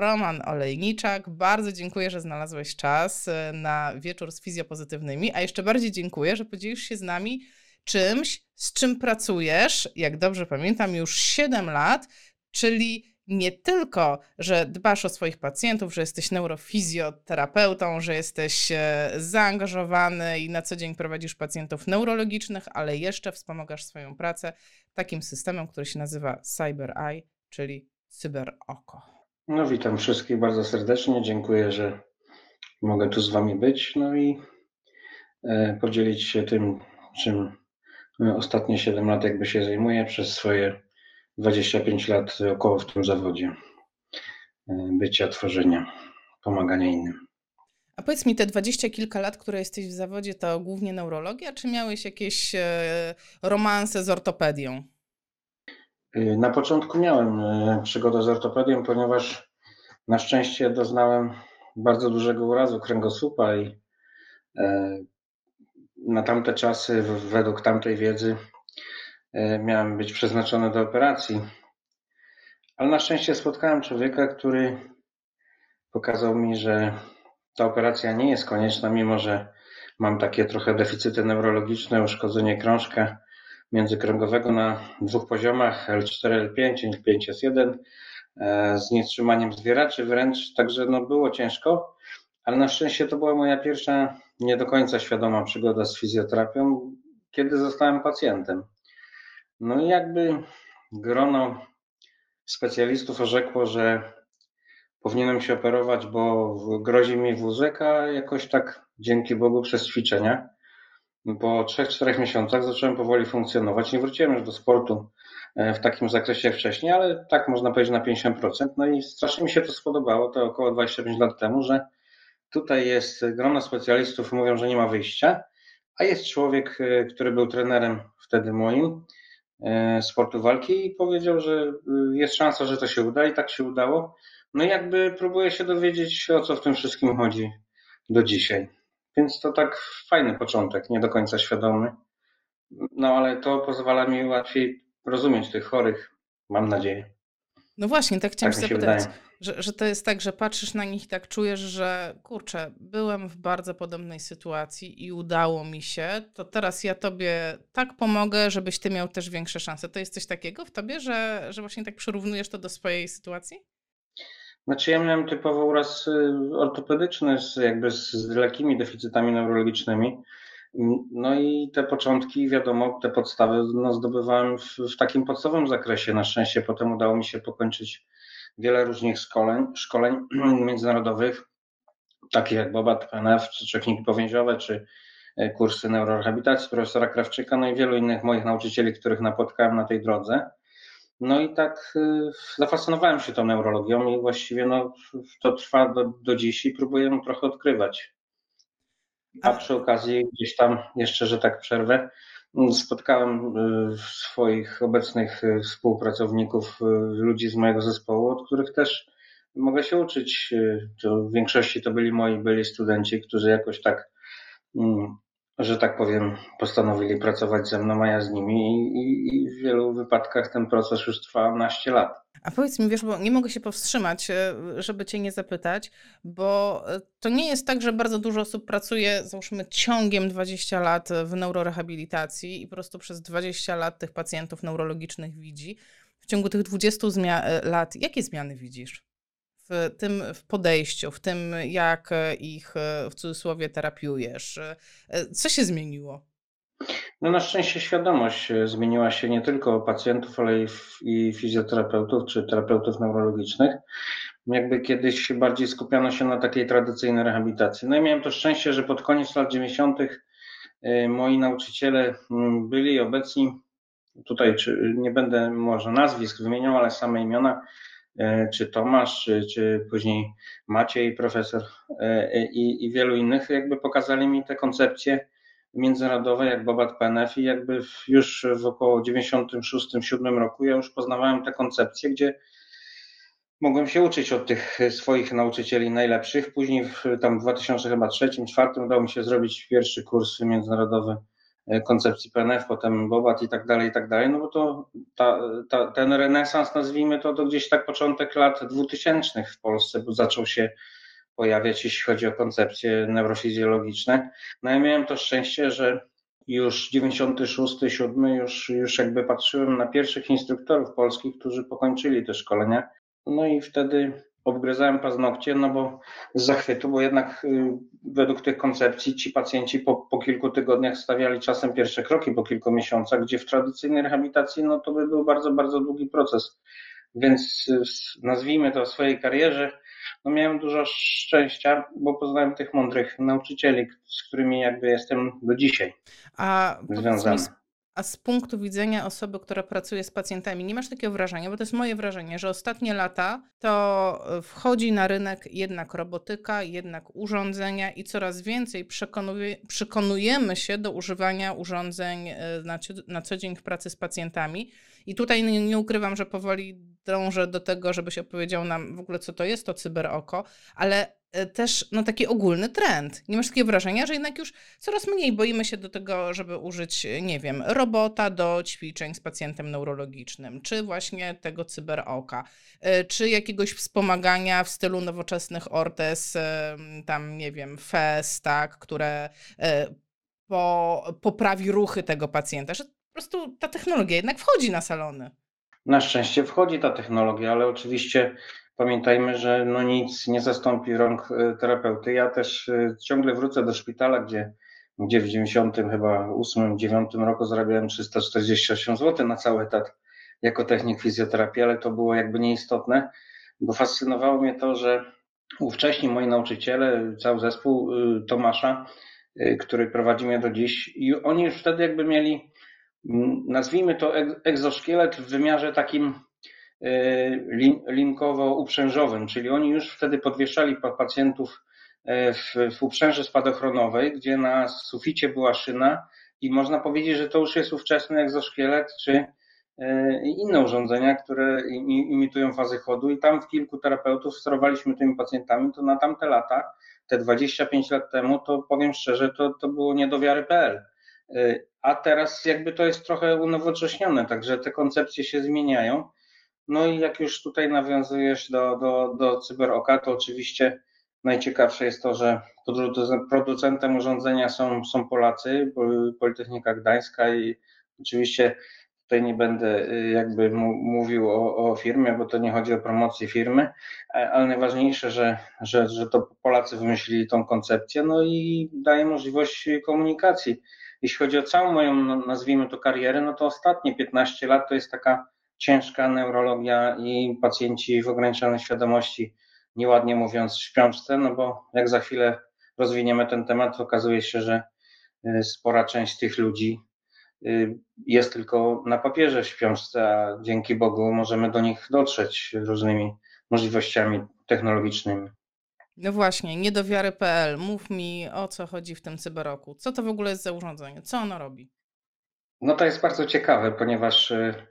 Roman Olejniczak. Bardzo dziękuję, że znalazłeś czas na wieczór z fizjopozytywnymi, a jeszcze bardziej dziękuję, że podzielisz się z nami czymś, z czym pracujesz, jak dobrze pamiętam, już 7 lat, czyli nie tylko, że dbasz o swoich pacjentów, że jesteś neurofizjoterapeutą, że jesteś zaangażowany i na co dzień prowadzisz pacjentów neurologicznych, ale jeszcze wspomagasz swoją pracę takim systemem, który się nazywa CyberEye, czyli cyberoko. No witam wszystkich bardzo serdecznie, dziękuję, że mogę tu z Wami być, no i podzielić się tym, czym ostatnie 7 lat jakby się zajmuję przez swoje 25 lat około w tym zawodzie bycia, tworzenia, pomagania innym. A powiedz mi, te 20 kilka lat, które jesteś w zawodzie, to głównie neurologia, czy miałeś jakieś romanse z ortopedią? Na początku miałem przygodę z ortopedią, ponieważ na szczęście doznałem bardzo dużego urazu kręgosłupa i na tamte czasy, według tamtej wiedzy, miałem być przeznaczony do operacji. Ale na szczęście spotkałem człowieka, który pokazał mi, że ta operacja nie jest konieczna, mimo że mam takie trochę deficyty neurologiczne, uszkodzenie krążka międzykręgowego na 2 poziomach L4, L5, L5, S1 z nietrzymaniem zwieraczy wręcz, także było ciężko, ale na szczęście to była moja pierwsza nie do końca świadoma przygoda z fizjoterapią, kiedy zostałem pacjentem. No i jakby grono specjalistów orzekło, że powinienem się operować, bo grozi mi wózek, a jakoś tak dzięki Bogu przez ćwiczenia po 3-4 miesiącach zacząłem powoli funkcjonować. Nie wróciłem już do sportu w takim zakresie jak wcześniej, ale tak można powiedzieć na 50%. No i strasznie mi się to spodobało, to około 25 lat temu, że tutaj jest grono specjalistów, mówią, że nie ma wyjścia, a jest człowiek, który był trenerem wtedy moim sportu walki i powiedział, że jest szansa, że to się uda i tak się udało. No i jakby próbuję się dowiedzieć, o co w tym wszystkim chodzi do dzisiaj. Więc to tak fajny początek, nie do końca świadomy. No ale to pozwala mi łatwiej rozumieć tych chorych, mam nadzieję. No właśnie, tak chciałam Tak się mi się zapytać, wydaje. że to jest tak, że patrzysz na nich i tak czujesz, że kurczę, byłem w bardzo podobnej sytuacji i udało mi się, to teraz ja tobie tak pomogę, żebyś ty miał też większe szanse. To jest coś takiego w tobie, że właśnie tak przyrównujesz to do swojej sytuacji? Znaczy ja miałem typowo uraz ortopedyczny z lekkimi deficytami neurologicznymi. No i te początki, wiadomo, te podstawy zdobywałem w takim podstawowym zakresie. Na szczęście potem udało mi się pokończyć wiele różnych szkoleń międzynarodowych, takich jak BOBAT, PNF, czy techniki powięziowe, czy kursy neurorehabilitacji profesora Krawczyka, no i wielu innych moich nauczycieli, których napotkałem na tej drodze. No i tak zafascynowałem się tą neurologią i właściwie to trwa do dziś i próbuję ją trochę odkrywać. A A, przy okazji gdzieś tam jeszcze, że tak przerwę, spotkałem swoich obecnych współpracowników, ludzi z mojego zespołu, od których też mogę się uczyć. To w większości to byli studenci, którzy jakoś tak, że tak powiem, postanowili pracować ze mną, a ja z nimi i w wielu wypadkach ten proces już trwa naście lat. a powiedz mi, wiesz, bo nie mogę się powstrzymać, żeby cię nie zapytać, bo to nie jest tak, że bardzo dużo osób pracuje, załóżmy, ciągiem 20 lat w neurorehabilitacji i po prostu przez 20 lat tych pacjentów neurologicznych widzi. W ciągu tych 20 lat, jakie zmiany widzisz w podejściu, w tym, jak ich w cudzysłowie terapiujesz? Co się zmieniło? No na szczęście świadomość zmieniła się nie tylko pacjentów, ale i fizjoterapeutów czy terapeutów neurologicznych. Jakby kiedyś bardziej skupiano się na takiej tradycyjnej rehabilitacji. No i miałem to szczęście, że pod koniec lat 90. moi nauczyciele byli obecni. Tutaj nie będę może nazwisk wymieniał, ale same imiona, czy Tomasz, czy później Maciej, profesor i wielu innych, jakby pokazali mi te koncepcje międzynarodowe, jak BOBAT, PNF i jakby już w około 96-97 roku ja już poznawałem te koncepcje, gdzie mogłem się uczyć od tych swoich nauczycieli najlepszych. Później tam w 2003-2004 udało mi się zrobić pierwszy kurs międzynarodowy koncepcji PNF, potem BOBAT i tak dalej, no bo to ten renesans, nazwijmy to gdzieś tak początek lat 2000 w Polsce, bo zaczął się pojawiać, jeśli chodzi o koncepcje neurofizjologiczne. No ja miałem to szczęście, że już 96, 7 już jakby patrzyłem na pierwszych instruktorów polskich, którzy pokończyli te szkolenia. No i wtedy obgryzałem paznokcie, no bo z zachwytu, bo jednak według tych koncepcji ci pacjenci po kilku tygodniach stawiali czasem pierwsze kroki po kilku miesiącach, gdzie w tradycyjnej rehabilitacji no to by był bardzo, bardzo długi proces. Więc nazwijmy to w swojej karierze, no miałem dużo szczęścia, bo poznałem tych mądrych nauczycieli, z którymi jakby jestem do dzisiaj A powiedz mi, związany. a z punktu widzenia osoby, która pracuje z pacjentami, nie masz takiego wrażenia, bo to jest moje wrażenie, że ostatnie lata to wchodzi na rynek jednak robotyka, jednak urządzenia i coraz więcej przekonujemy się do używania urządzeń na co dzień w pracy z pacjentami. I tutaj nie ukrywam, że powoli dążę do tego, żebyś opowiedział nam w ogóle, co to jest to cyberoko, ale też no, taki ogólny trend. Nie masz takiego wrażenia, że jednak już coraz mniej boimy się do tego, żeby użyć, nie wiem, robota do ćwiczeń z pacjentem neurologicznym, czy właśnie tego cyberoka, czy jakiegoś wspomagania w stylu nowoczesnych ortez, tam, nie wiem, FES, tak, które poprawi ruchy tego pacjenta, że po prostu ta technologia jednak wchodzi na salony. Na szczęście wchodzi ta technologia, ale oczywiście pamiętajmy, że no nic nie zastąpi rąk terapeuty. Ja też ciągle wrócę do szpitala, gdzie w 90 chyba 8-9 roku zarabiałem 348 zł na cały etat jako technik fizjoterapii, ale to było jakby nieistotne, bo fascynowało mnie to, że ówcześni moi nauczyciele, cały zespół Tomasza, który prowadzi mnie do dziś, i oni już wtedy jakby mieli, nazwijmy to egzoszkielet w wymiarze takim linkowo-uprzężowym, czyli oni już wtedy podwieszali pacjentów w uprzęży spadochronowej, gdzie na suficie była szyna i można powiedzieć, że to już jest ówczesny egzoszkielet czy inne urządzenia, które imitują fazy chodu i tam w kilku terapeutów sterowaliśmy tymi pacjentami, to na tamte lata, te 25 lat temu, to powiem szczerze, to było nie do wiary.pl. A teraz jakby to jest trochę unowocześnione, także te koncepcje się zmieniają. No i jak już tutaj nawiązujesz do cyberoka, to oczywiście najciekawsze jest to, że producentem urządzenia są Polacy, Politechnika Gdańska i oczywiście tutaj nie będę jakby mówił o firmie, bo to nie chodzi o promocję firmy, ale najważniejsze, że to Polacy wymyślili tą koncepcję, no i daje możliwość komunikacji. Jeśli chodzi o całą moją, nazwijmy to karierę, no to ostatnie 15 lat to jest taka ciężka neurologia i pacjenci w ograniczonej świadomości, nieładnie mówiąc w śpiączce, no bo jak za chwilę rozwiniemy ten temat, to okazuje się, że spora część tych ludzi jest tylko na papierze w śpiączce, a dzięki Bogu możemy do nich dotrzeć różnymi możliwościami technologicznymi. No właśnie, niedowiary.pl. Mów mi, o co chodzi w tym cyberoku. Co to w ogóle jest za urządzenie? Co ono robi? No to jest bardzo ciekawe, ponieważ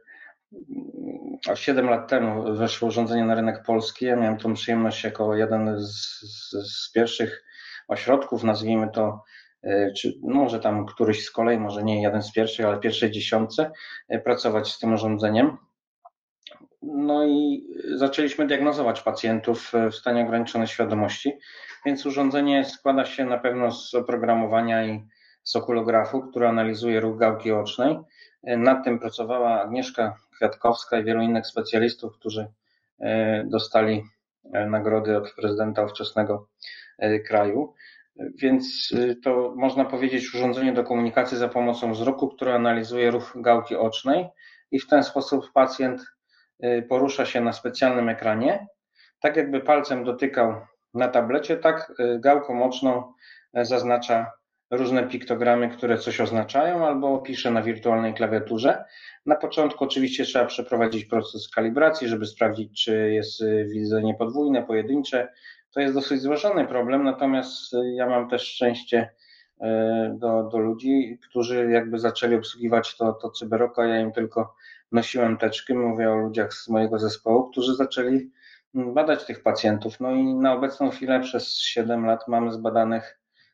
7 lat temu weszło urządzenie na rynek polski. Ja miałem tą przyjemność jako jeden z pierwszych ośrodków, nazwijmy to, czy może tam któryś z kolei, może nie jeden z pierwszych, ale pierwszej dziesiątce, pracować z tym urządzeniem. No i zaczęliśmy diagnozować pacjentów w stanie ograniczonej świadomości, więc urządzenie składa się na pewno z oprogramowania i z okulografu, który analizuje ruch gałki ocznej. Nad tym pracowała Agnieszka Kwiatkowska i wielu innych specjalistów, którzy dostali nagrody od prezydenta ówczesnego kraju. Więc to można powiedzieć urządzenie do komunikacji za pomocą wzroku, które analizuje ruch gałki ocznej i w ten sposób pacjent porusza się na specjalnym ekranie. Tak jakby palcem dotykał na tablecie, tak gałką oczną zaznacza różne piktogramy, które coś oznaczają, albo pisze na wirtualnej klawiaturze. Na początku oczywiście trzeba przeprowadzić proces kalibracji, żeby sprawdzić, czy jest widzenie podwójne, pojedyncze. To jest dosyć złożony problem, natomiast ja mam też szczęście do ludzi, którzy jakby zaczęli obsługiwać to cyberoko, ja im tylko nosiłem teczki, mówię o ludziach z mojego zespołu, którzy zaczęli badać tych pacjentów. No i na obecną chwilę przez 7 lat mamy zbadanych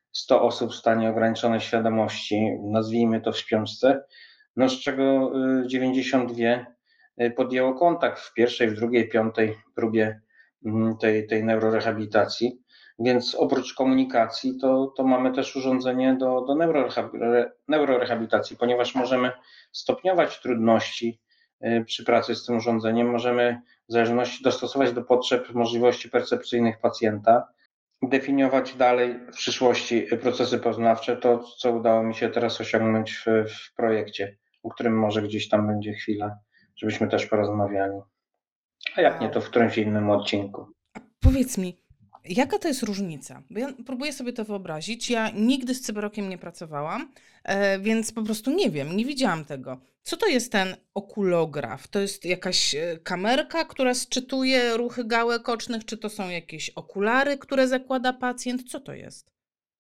100 osób w stanie ograniczonej świadomości, nazwijmy to w śpiączce, no z czego 92 podjęło kontakt w pierwszej, w drugiej, piątej próbie tej neurorehabilitacji. Więc oprócz komunikacji to mamy też urządzenie do neurorehabilitacji, ponieważ możemy stopniować trudności przy pracy z tym urządzeniem, możemy w zależności dostosować do potrzeb możliwości percepcyjnych pacjenta, definiować dalej w przyszłości procesy poznawcze, to co udało mi się teraz osiągnąć w projekcie, o którym może gdzieś tam będzie chwila, żebyśmy też porozmawiali. A jak nie, to Wow. w którymś innym odcinku. A powiedz mi, jaka to jest różnica? Bo ja próbuję sobie to wyobrazić. Ja nigdy z cyberokiem nie pracowałam, więc po prostu nie wiem, nie widziałam tego. Co to jest ten okulograf? To jest jakaś kamerka, która sczytuje ruchy gałek ocznych, czy to są jakieś okulary, które zakłada pacjent? Co to jest?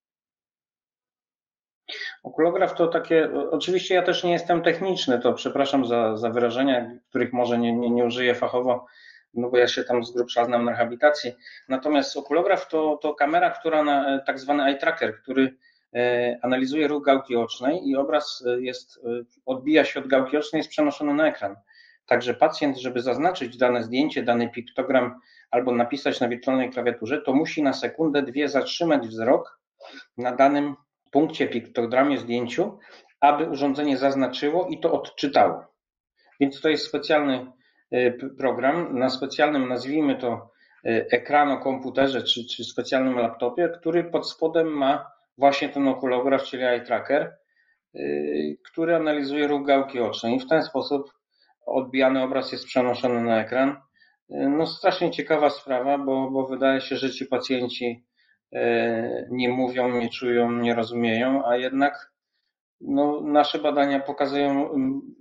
Okulograf to takie, oczywiście ja też nie jestem techniczny, to przepraszam za wyrażenia, których może nie użyję fachowo, no bo ja się tam z grubsza znam na rehabilitacji. Natomiast okulograf to kamera, która tak zwany eye tracker, który analizuje ruch gałki ocznej i obraz odbija się od gałki ocznej, jest przenoszony na ekran. Także pacjent, żeby zaznaczyć dane zdjęcie, dany piktogram albo napisać na wirtualnej klawiaturze, to musi na sekundę, dwie zatrzymać wzrok na danym punkcie, piktogramie, zdjęciu, aby urządzenie zaznaczyło i to odczytało. Więc to jest specjalny program na specjalnym, nazwijmy to, ekranokomputerze czy specjalnym laptopie, który pod spodem ma właśnie ten okulograf, czyli eye tracker, który analizuje ruch gałki ocznej i w ten sposób odbijany obraz jest przenoszony na ekran. No strasznie ciekawa sprawa, bo wydaje się, że ci pacjenci nie mówią, nie czują, nie rozumieją, a jednak no, nasze badania pokazują,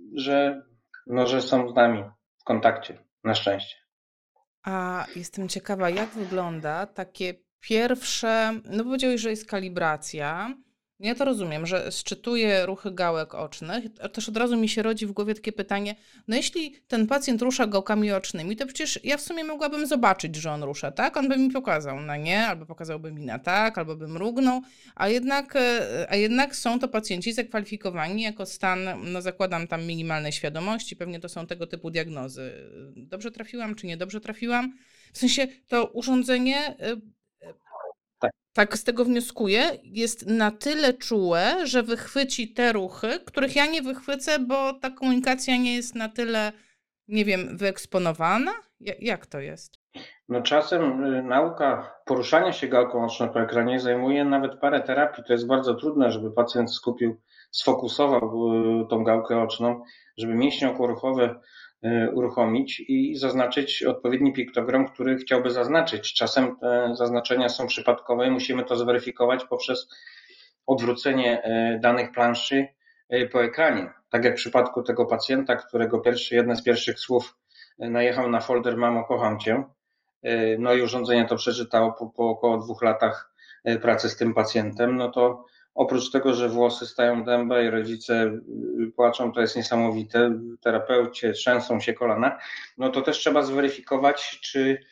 że są z nami w kontakcie, na szczęście. A jestem ciekawa, jak wygląda takie pierwsze, no powiedziałeś, że jest kalibracja. Ja to rozumiem, że szczytuje ruchy gałek ocznych. Też od razu mi się rodzi w głowie takie pytanie, no jeśli ten pacjent rusza gałkami ocznymi, to przecież ja w sumie mogłabym zobaczyć, że on rusza, tak? On by mi pokazał na nie, albo pokazałby mi na tak, albo by mrugnął, a jednak są to pacjenci zakwalifikowani jako stan, no zakładam tam minimalnej świadomości, pewnie to są tego typu diagnozy. Dobrze trafiłam, czy niedobrze trafiłam? W sensie to urządzenie Tak. tak z tego wnioskuję, jest na tyle czułe, że wychwyci te ruchy, których ja nie wychwycę, bo ta komunikacja nie jest na tyle, nie wiem, wyeksponowana? Jak to jest? No czasem nauka poruszania się gałką oczną po ekranie zajmuje nawet parę terapii. To jest bardzo trudne, żeby pacjent sfokusował tą gałkę oczną, żeby mięśnie okołoruchowe uruchomić i zaznaczyć odpowiedni piktogram, który chciałby zaznaczyć. Czasem te zaznaczenia są przypadkowe i musimy to zweryfikować poprzez odwrócenie danych planszy po ekranie. Tak jak w przypadku tego pacjenta, którego jedne z pierwszych słów najechał na folder "Mamo, kocham cię". No i urządzenie to przeczytało po około 2 latach pracy z tym pacjentem, no to oprócz tego, że włosy stają dęba i rodzice płaczą, to jest niesamowite, terapeucie trzęsą się kolana, no to też trzeba zweryfikować,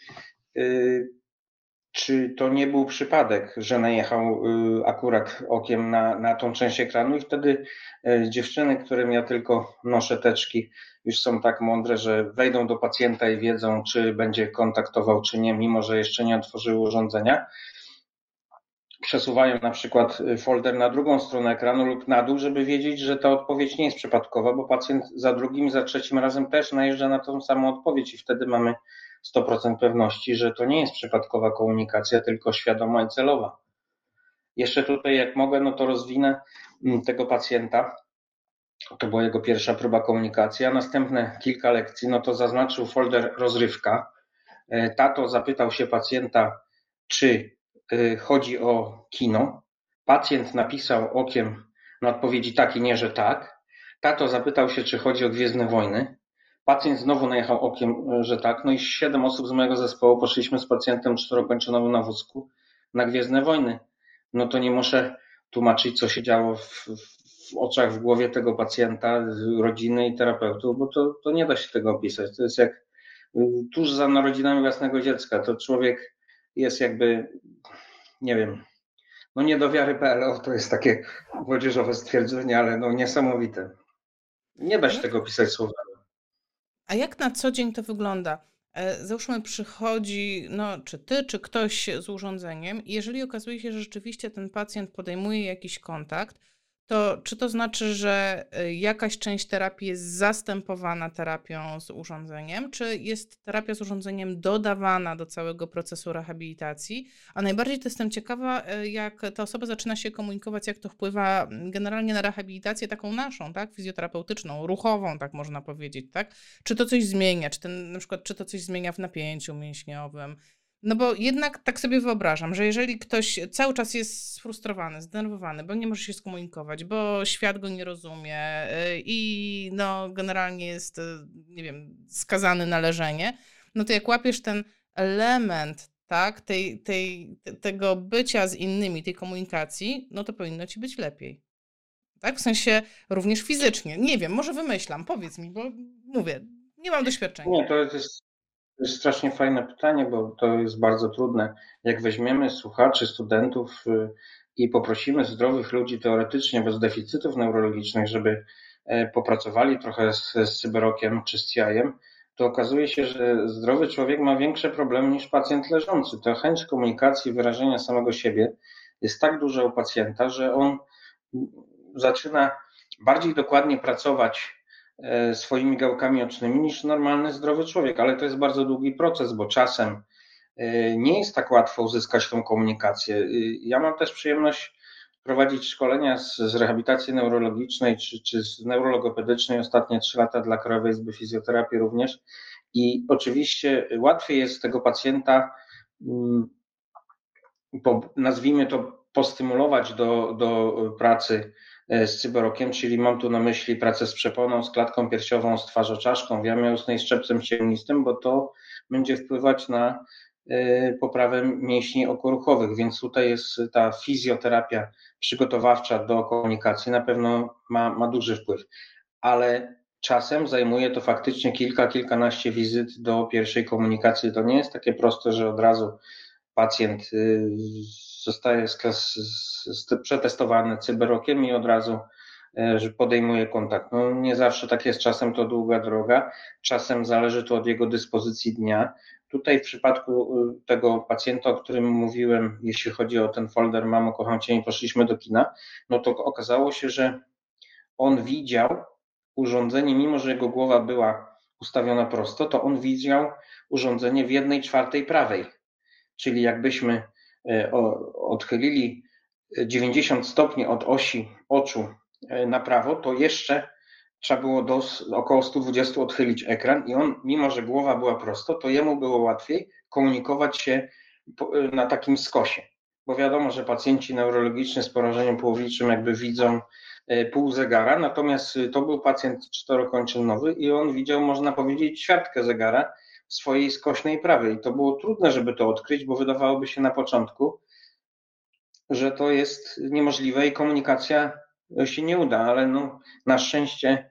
czy to nie był przypadek, że najechał akurat okiem na tą część ekranu i wtedy dziewczyny, którym ja tylko noszę teczki, już są tak mądre, że wejdą do pacjenta i wiedzą, czy będzie kontaktował, czy nie, mimo że jeszcze nie otworzyły urządzenia. Przesuwają na przykład folder na drugą stronę ekranu lub na dół, żeby wiedzieć, że ta odpowiedź nie jest przypadkowa, bo pacjent za drugim, za trzecim razem też najeżdża na tą samą odpowiedź i wtedy mamy 100% pewności, że to nie jest przypadkowa komunikacja, tylko świadoma i celowa. Jeszcze tutaj, jak mogę, no to rozwinę tego pacjenta. To była jego pierwsza próba komunikacji, a następne kilka lekcji, no to zaznaczył folder rozrywka. Tato zapytał się pacjenta, czy chodzi o kino. Pacjent napisał okiem na odpowiedzi tak i nie, że tak. Tato zapytał się, czy chodzi o Gwiezdne Wojny. Pacjent znowu najechał okiem, że tak. No i 7 osób z mojego zespołu poszliśmy z pacjentem 4-kończynowym na wózku na Gwiezdne Wojny. No to nie muszę tłumaczyć, co się działo w oczach, w głowie tego pacjenta, rodziny i terapeutów, bo to nie da się tego opisać. To jest jak tuż za narodzinami własnego dziecka. To człowiek jest jakby, nie wiem, no nie do wiary PLO, to jest takie młodzieżowe stwierdzenie, ale no niesamowite. Nie da A się jak, tego pisać słowami. a jak na co dzień to wygląda? Załóżmy, przychodzi, no, czy ty, czy ktoś z urządzeniem, i jeżeli okazuje się, że rzeczywiście ten pacjent podejmuje jakiś kontakt, to czy to znaczy, że jakaś część terapii jest zastępowana terapią z urządzeniem, czy jest terapia z urządzeniem dodawana do całego procesu rehabilitacji? A najbardziej to jestem ciekawa, jak ta osoba zaczyna się komunikować, jak to wpływa generalnie na rehabilitację taką naszą, tak, fizjoterapeutyczną, ruchową, tak można powiedzieć, tak? Czy to coś zmienia, na przykład, czy to coś zmienia w napięciu mięśniowym? No bo jednak tak sobie wyobrażam, że jeżeli ktoś cały czas jest sfrustrowany, zdenerwowany, bo nie może się skomunikować, bo świat go nie rozumie i no generalnie jest, nie wiem, skazany na leżenie, no to jak łapiesz ten element, tak, tego bycia z innymi, tej komunikacji, no to powinno ci być lepiej. Tak? W sensie również fizycznie. Nie wiem, może wymyślam, powiedz mi, bo mówię, nie mam doświadczenia. Nie, to jest strasznie fajne pytanie, bo to jest bardzo trudne. Jak weźmiemy słuchaczy, studentów i poprosimy zdrowych ludzi teoretycznie bez deficytów neurologicznych, żeby popracowali trochę z cyberokiem czy z CI-em, to okazuje się, że zdrowy człowiek ma większe problemy niż pacjent leżący. Ta chęć komunikacji, wyrażenia samego siebie jest tak duża u pacjenta, że on zaczyna bardziej dokładnie pracować swoimi gałkami ocznymi niż normalny, zdrowy człowiek, ale to jest bardzo długi proces, bo czasem nie jest tak łatwo uzyskać tą komunikację. Ja mam też przyjemność prowadzić szkolenia z rehabilitacji neurologicznej czy z neurologopedycznej ostatnie 3 lata dla Krajowej Izby Fizjoterapii również. I oczywiście łatwiej jest tego pacjenta, nazwijmy to, postymulować do pracy z cyberokiem, czyli mam tu na myśli pracę z przeponą, z klatką piersiową, z twarzoczaszką, w jamie ustnej, z czepcem ścięgnistym, bo to będzie wpływać na poprawę mięśni okoruchowych, więc tutaj jest ta fizjoterapia przygotowawcza do komunikacji, na pewno ma duży wpływ, ale czasem zajmuje to faktycznie kilkanaście wizyt do pierwszej komunikacji. To nie jest takie proste, że od razu pacjent zostaje przetestowany cyberokiem i od razu że podejmuje kontakt. No, nie zawsze tak jest, czasem to długa droga, czasem zależy to od jego dyspozycji dnia. Tutaj w przypadku tego pacjenta, o którym mówiłem, jeśli chodzi o ten folder Mamo, kocham cię, nie poszliśmy do kina, no to okazało się, że on widział urządzenie, mimo że jego głowa była ustawiona prosto, to on widział urządzenie w 1/4 prawej. Czyli jakbyśmy odchylili 90 stopni od osi oczu na prawo, to jeszcze trzeba było do około 120 odchylić ekran i on, mimo że głowa była prosto, to jemu było łatwiej komunikować się na takim skosie. Bo wiadomo, że pacjenci neurologiczni z porażeniem połowiczym jakby widzą pół zegara, natomiast to był pacjent czterokończynowy i on widział, można powiedzieć, ćwiartkę zegara w swojej skośnej prawej. I to było trudne, żeby to odkryć, bo wydawałoby się na początku, że to jest niemożliwe i komunikacja się nie uda, ale no, na szczęście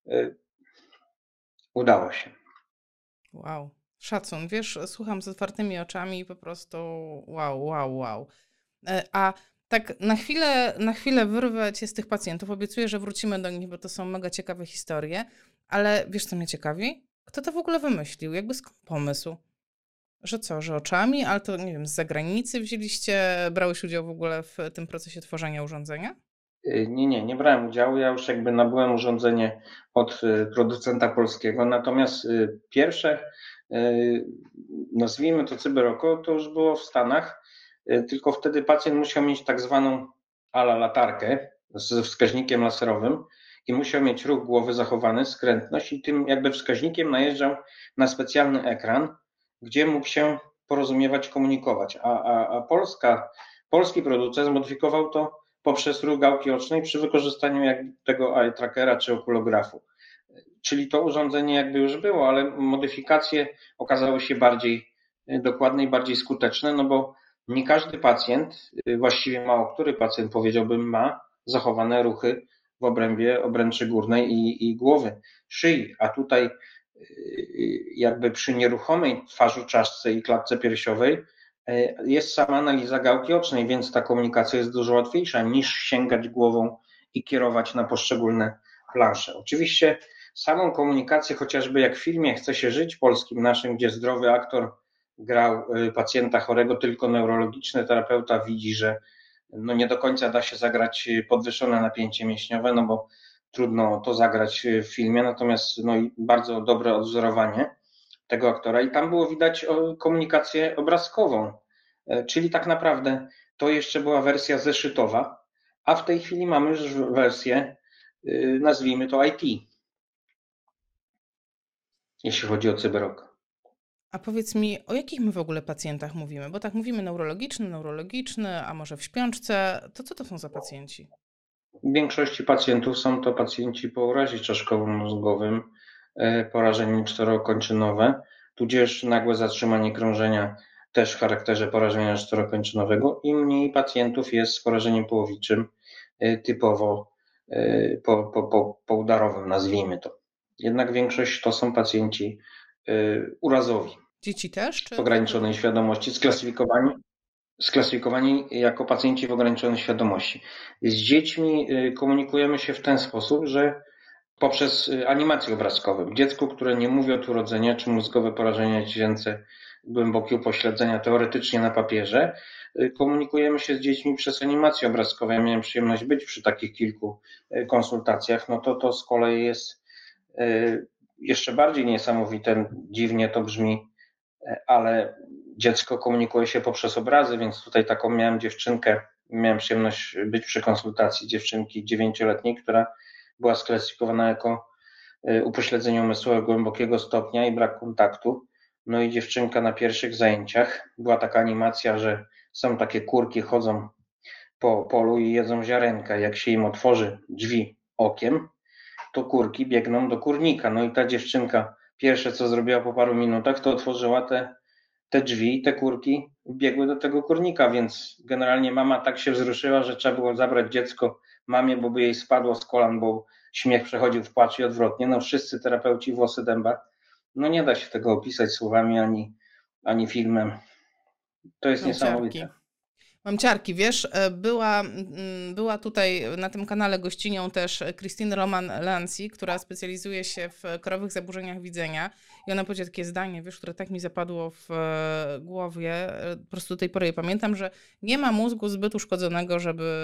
udało się. Wow, szacun, wiesz, słucham z otwartymi oczami i po prostu wow, wow, wow. A tak na chwilę wyrwę cię z tych pacjentów. Obiecuję, że wrócimy do nich, bo to są mega ciekawe historie. Ale wiesz, co mnie ciekawi? Kto to w ogóle wymyślił? Jakby skąd pomysł? Że co, że oczami? Ale to, nie wiem, z zagranicy brałeś udział w ogóle w tym procesie tworzenia urządzenia? Nie brałem udziału. Ja już jakby nabyłem urządzenie od producenta polskiego, natomiast pierwsze, nazwijmy to cyberoko, to już było w Stanach, tylko wtedy pacjent musiał mieć tak zwaną latarkę ze wskaźnikiem laserowym i musiał mieć ruch głowy zachowany, skrętność i tym jakby wskaźnikiem najeżdżał na specjalny ekran, gdzie mógł się porozumiewać, komunikować. Polski producent zmodyfikował to poprzez ruch gałki ocznej przy wykorzystaniu tego eye trackera czy okulografu. Czyli to urządzenie jakby już było, ale modyfikacje okazały się bardziej dokładne i bardziej skuteczne, no bo nie każdy pacjent, właściwie mało który pacjent, powiedziałbym, ma zachowane ruchy w obrębie obręczy górnej i głowy, szyi, a tutaj jakby przy nieruchomej twarzoczaszce i klatce piersiowej Jest sama analiza gałki ocznej, więc ta komunikacja jest dużo łatwiejsza niż sięgać głową i kierować na poszczególne plansze. Oczywiście samą komunikację, chociażby jak w filmie Chce się żyć polskim naszym, gdzie zdrowy aktor grał pacjenta chorego tylko neurologiczny, terapeuta widzi, że no nie do końca da się zagrać podwyższone napięcie mięśniowe, no bo trudno to zagrać w filmie, natomiast no i bardzo dobre odwzorowanie tego aktora i tam było widać komunikację obrazkową, czyli tak naprawdę to jeszcze była wersja zeszytowa, a w tej chwili mamy już wersję, nazwijmy to IT, jeśli chodzi o cyberok. A powiedz mi, o jakich my w ogóle pacjentach mówimy? Bo tak mówimy neurologiczny, a może w śpiączce. To co to są za pacjenci? W większości pacjentów są to pacjenci po urazie czaszkowo-mózgowym, porażenie czterokończynowe, tudzież nagłe zatrzymanie krążenia też w charakterze porażenia czterokończynowego i mniej pacjentów jest z porażeniem połowiczym, typowo poudarowym, nazwijmy to. Jednak większość to są pacjenci urazowi, Dzieci też, w ograniczonej świadomości, sklasyfikowani jako pacjenci w ograniczonej świadomości. Z dziećmi komunikujemy się w ten sposób, że poprzez animacje obrazkowe. Dziecku, które nie mówi od urodzenia, czy mózgowe porażenia dziecięce, głębokie upośledzenia teoretycznie na papierze, komunikujemy się z dziećmi przez animacje obrazkowe. Ja miałem przyjemność być przy takich kilku konsultacjach, no to z kolei jest jeszcze bardziej niesamowite, dziwnie to brzmi, ale dziecko komunikuje się poprzez obrazy, więc tutaj taką miałem dziewczynkę, miałem przyjemność być przy konsultacji dziewczynki 9-letniej, która była sklasyfikowana jako upośledzenie umysłowe głębokiego stopnia i brak kontaktu. No i dziewczynka na pierwszych zajęciach, była taka animacja, że są takie kurki, chodzą po polu i jedzą ziarenka. Jak się im otworzy drzwi okiem, to kurki biegną do kurnika. No i ta dziewczynka pierwsze co zrobiła po paru minutach, to otworzyła te drzwi, te kurki biegły do tego kurnika, więc generalnie mama tak się wzruszyła, że trzeba było zabrać dziecko mamie, bo by jej spadło z kolan, bo śmiech przechodził w płacz i odwrotnie. No wszyscy terapeuci włosy dęba. No nie da się tego opisać słowami ani filmem. To jest Mam ciarki. niesamowite. Mam ciarki, wiesz, była tutaj na tym kanale gościnią też Christine Roman Lancy, która specjalizuje się w korowych zaburzeniach widzenia i ona powiedziała takie zdanie, wiesz, które tak mi zapadło w głowie, po prostu do tej pory je pamiętam, że nie ma mózgu zbyt uszkodzonego,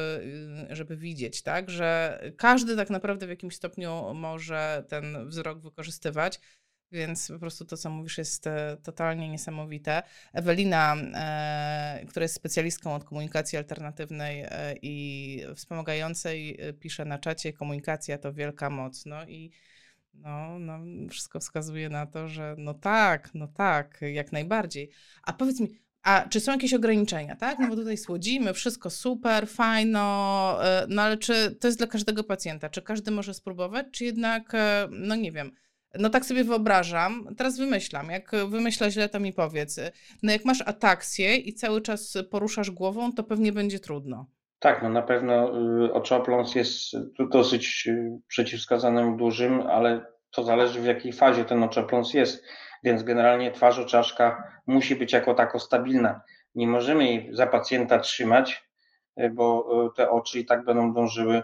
żeby widzieć, tak, że każdy tak naprawdę w jakimś stopniu może ten wzrok wykorzystywać. Więc po prostu to, co mówisz, jest totalnie niesamowite. Ewelina, która jest specjalistką od komunikacji alternatywnej i wspomagającej, pisze na czacie: komunikacja to wielka moc. No i no, wszystko wskazuje na to, że no tak, jak najbardziej. A powiedz mi, a czy są jakieś ograniczenia, tak? No bo tutaj słodzimy, wszystko super, fajno, no ale czy to jest dla każdego pacjenta? Czy każdy może spróbować, czy jednak, no nie wiem, no tak sobie wyobrażam, teraz wymyślam, jak wymyślę źle, to mi powiedz. No jak masz ataksję i cały czas poruszasz głową, to pewnie będzie trudno. Tak, no na pewno oczopląs jest tu dosyć przeciwwskazanym dużym, ale to zależy w jakiej fazie ten oczopląs jest, więc generalnie twarzoczaszka musi być jako tako stabilna. Nie możemy jej za pacjenta trzymać, bo te oczy i tak będą dążyły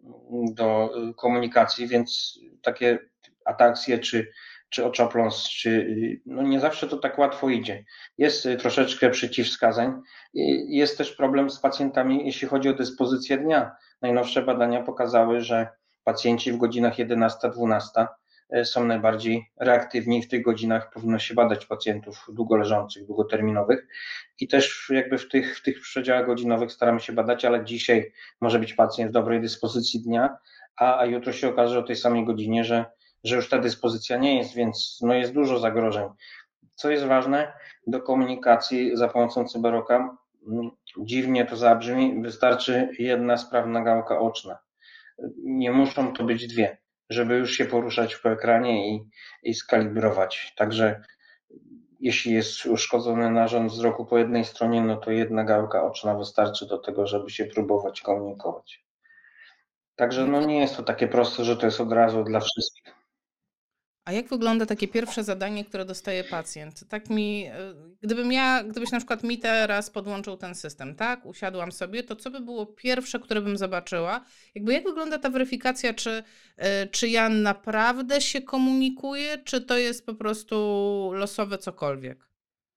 do komunikacji, więc takie ataksje czy oczopląs, no nie zawsze to tak łatwo idzie. Jest troszeczkę przeciwwskazań. Jest też problem z pacjentami, jeśli chodzi o dyspozycję dnia. Najnowsze badania pokazały, że pacjenci w godzinach 11-12 są najbardziej reaktywni. W tych godzinach powinno się badać pacjentów długoleżących, długoterminowych i też jakby w tych przedziałach godzinowych staramy się badać, ale dzisiaj może być pacjent w dobrej dyspozycji dnia, a jutro się okaże o tej samej godzinie, że już ta dyspozycja nie jest, więc no jest dużo zagrożeń. Co jest ważne, do komunikacji za pomocą cyberoka, dziwnie to zabrzmi, wystarczy jedna sprawna gałka oczna. Nie muszą to być dwie, żeby już się poruszać po ekranie i skalibrować. Także jeśli jest uszkodzony narząd wzroku po jednej stronie, no to jedna gałka oczna wystarczy do tego, żeby się próbować komunikować. Także no nie jest to takie proste, że to jest od razu dla wszystkich. A jak wygląda takie pierwsze zadanie, które dostaje pacjent? Tak gdybyś na przykład mi teraz podłączył ten system, tak? Usiadłam sobie, to co by było pierwsze, które bym zobaczyła? Jak wygląda ta weryfikacja, czy ja naprawdę się komunikuję, czy to jest po prostu losowe cokolwiek?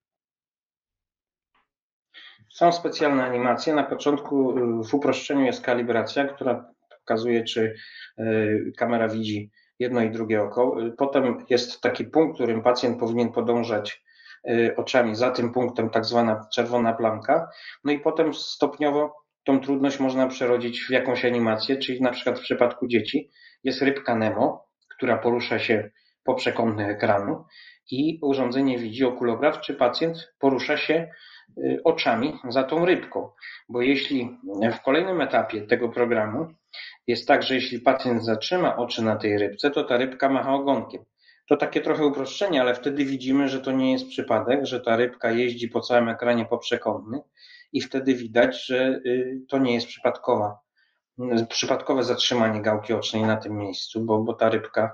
Są specjalne animacje. Na początku w uproszczeniu jest kalibracja, która pokazuje, czy kamera widzi jedno i drugie oko. Potem jest taki punkt, którym pacjent powinien podążać oczami. Za tym punktem tak zwana czerwona plamka. No i potem stopniowo tą trudność można przerodzić w jakąś animację, czyli na przykład w przypadku dzieci jest rybka Nemo, która porusza się po przekątnych ekranu i urządzenie widzi, okulograf, czy pacjent porusza się oczami za tą rybką. Bo jeśli w kolejnym etapie tego programu jest tak, że jeśli pacjent zatrzyma oczy na tej rybce, to ta rybka macha ogonkiem. To takie trochę uproszczenie, ale wtedy widzimy, że to nie jest przypadek, że ta rybka jeździ po całym ekranie poprzekątnym i wtedy widać, że to nie jest przypadkowe zatrzymanie gałki ocznej na tym miejscu, bo ta rybka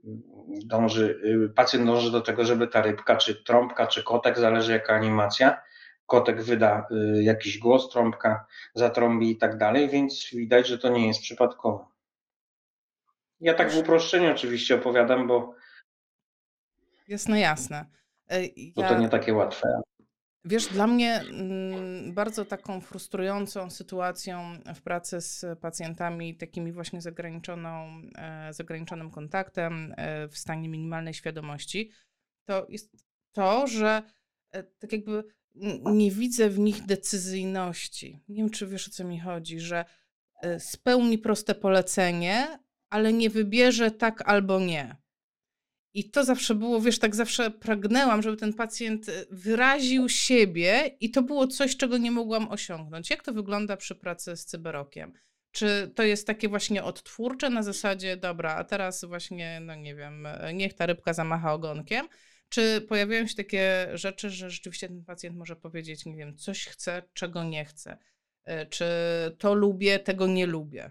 pacjent dąży do tego, żeby ta rybka, czy trąbka, czy kotek, zależy jaka animacja, kotek wyda jakiś głos, trąbka zatrąbi i tak dalej, więc widać, że to nie jest przypadkowe. Ja tak w Wiesz, uproszczeniu oczywiście opowiadam, jasne, jasne. bo to nie takie łatwe. Wiesz, dla mnie bardzo taką frustrującą sytuacją w pracy z pacjentami takimi właśnie z ograniczonym kontaktem, w stanie minimalnej świadomości, to jest to, że tak jakby nie widzę w nich decyzyjności. Nie wiem, czy wiesz, o co mi chodzi, że spełni proste polecenie, ale nie wybierze tak albo nie. I to zawsze było, wiesz, tak zawsze pragnęłam, żeby ten pacjent wyraził siebie i to było coś, czego nie mogłam osiągnąć. Jak to wygląda przy pracy z cyberokiem? Czy to jest takie właśnie odtwórcze na zasadzie, dobra, a teraz właśnie, no nie wiem, niech ta rybka zamacha ogonkiem? Czy pojawiają się takie rzeczy, że rzeczywiście ten pacjent może powiedzieć, nie wiem, coś chce, czego nie chce? Czy to lubię, tego nie lubię?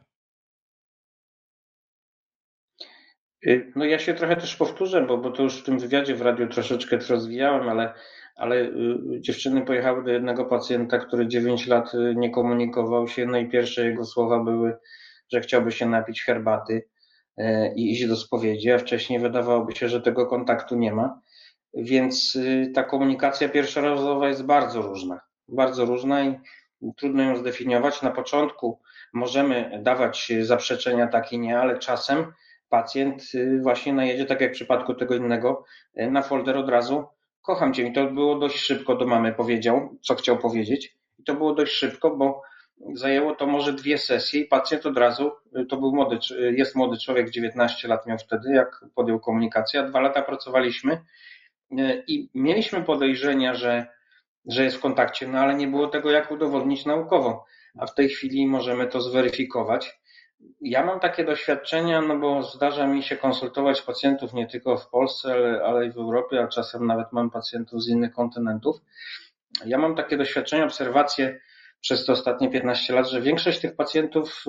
No ja się trochę też powtórzę, bo to już w tym wywiadzie w radiu troszeczkę to rozwijałem, ale dziewczyny pojechały do jednego pacjenta, który 9 lat nie komunikował się, no i pierwsze jego słowa były, że chciałby się napić herbaty i iść do spowiedzi, a wcześniej wydawałoby się, że tego kontaktu nie ma. Więc ta komunikacja pierwszorazowa jest bardzo różna i trudno ją zdefiniować. Na początku możemy dawać zaprzeczenia tak i nie, ale czasem pacjent właśnie najedzie, tak jak w przypadku tego innego, na folder od razu kocham cię. I to było dość szybko, do mamy powiedział, co chciał powiedzieć. I to było dość szybko, bo zajęło to może 2 sesje i pacjent od razu, to był jest młody człowiek, 19 lat miał wtedy, jak podjął komunikację, a 2 lata pracowaliśmy i mieliśmy podejrzenia, że jest w kontakcie, no ale nie było tego jak udowodnić naukowo, a w tej chwili możemy to zweryfikować. Ja mam takie doświadczenia, no bo zdarza mi się konsultować pacjentów nie tylko w Polsce, ale i w Europie, a czasem nawet mam pacjentów z innych kontynentów. Ja mam takie doświadczenia, obserwacje przez te ostatnie 15 lat, że większość tych pacjentów,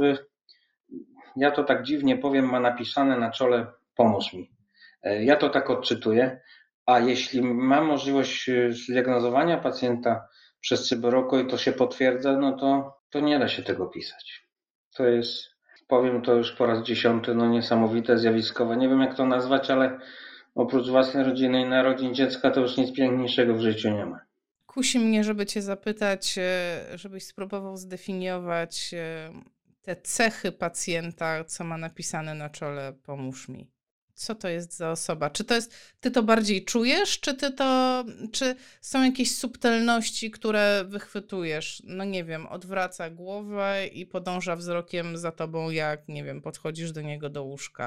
ja to tak dziwnie powiem, ma napisane na czole pomóż mi. Ja to tak odczytuję, a jeśli mam możliwość zdiagnozowania pacjenta przez cyberoko i to się potwierdza, no to nie da się tego pisać. To jest, powiem to już po raz 10, no niesamowite, zjawiskowe. Nie wiem jak to nazwać, ale oprócz własnej rodziny i narodzin dziecka to już nic piękniejszego w życiu nie ma. Kusi mnie, żeby cię zapytać, żebyś spróbował zdefiniować te cechy pacjenta, co ma napisane na czole, pomóż mi. Co to jest za osoba? Ty to bardziej czujesz, czy są jakieś subtelności, które wychwytujesz? No nie wiem, odwraca głowę i podąża wzrokiem za tobą, jak, nie wiem, podchodzisz do niego do łóżka.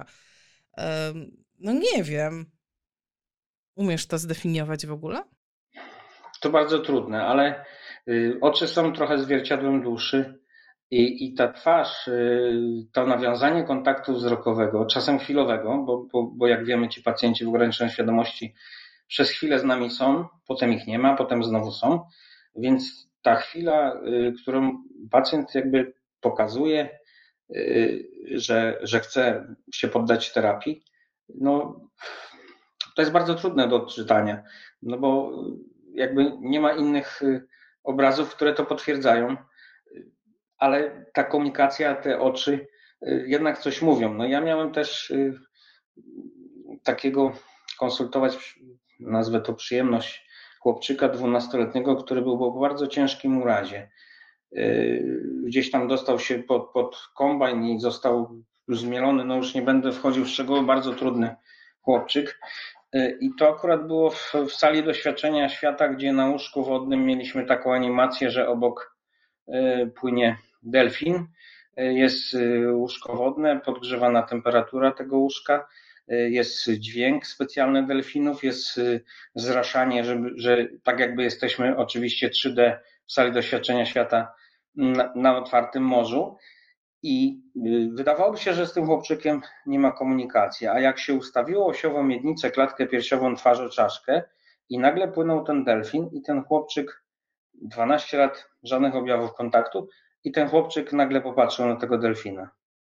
No nie wiem. Umiesz to zdefiniować w ogóle? To bardzo trudne, ale oczy są trochę zwierciadłem duszy i ta twarz, to nawiązanie kontaktu wzrokowego, czasem chwilowego, bo jak wiemy ci pacjenci w ograniczonej świadomości przez chwilę z nami są, potem ich nie ma, potem znowu są, więc ta chwila, którą pacjent jakby pokazuje, że chce się poddać terapii, no to jest bardzo trudne do odczytania, no bo jakby nie ma innych obrazów, które to potwierdzają, ale ta komunikacja, te oczy jednak coś mówią. No ja miałem też takiego konsultować, nazwę to przyjemność, chłopczyka 12-letniego, który był po bardzo ciężkim urazie. Gdzieś tam dostał się pod kombajn i został zmielony. No już nie będę wchodził w szczegóły, bardzo trudny chłopczyk. I to akurat było w sali doświadczenia świata, gdzie na łóżku wodnym mieliśmy taką animację, że obok płynie delfin, jest łóżko wodne, podgrzewana temperatura tego łóżka, jest dźwięk specjalny delfinów, jest zraszanie, że tak jakby jesteśmy oczywiście 3D w sali doświadczenia świata na otwartym morzu. I wydawałoby się, że z tym chłopczykiem nie ma komunikacji, a jak się ustawiło osiową miednicę, klatkę piersiową, twarzą, czaszkę i nagle płynął ten delfin i ten chłopczyk, 12 lat, żadnych objawów kontaktu i ten chłopczyk nagle popatrzył na tego delfina.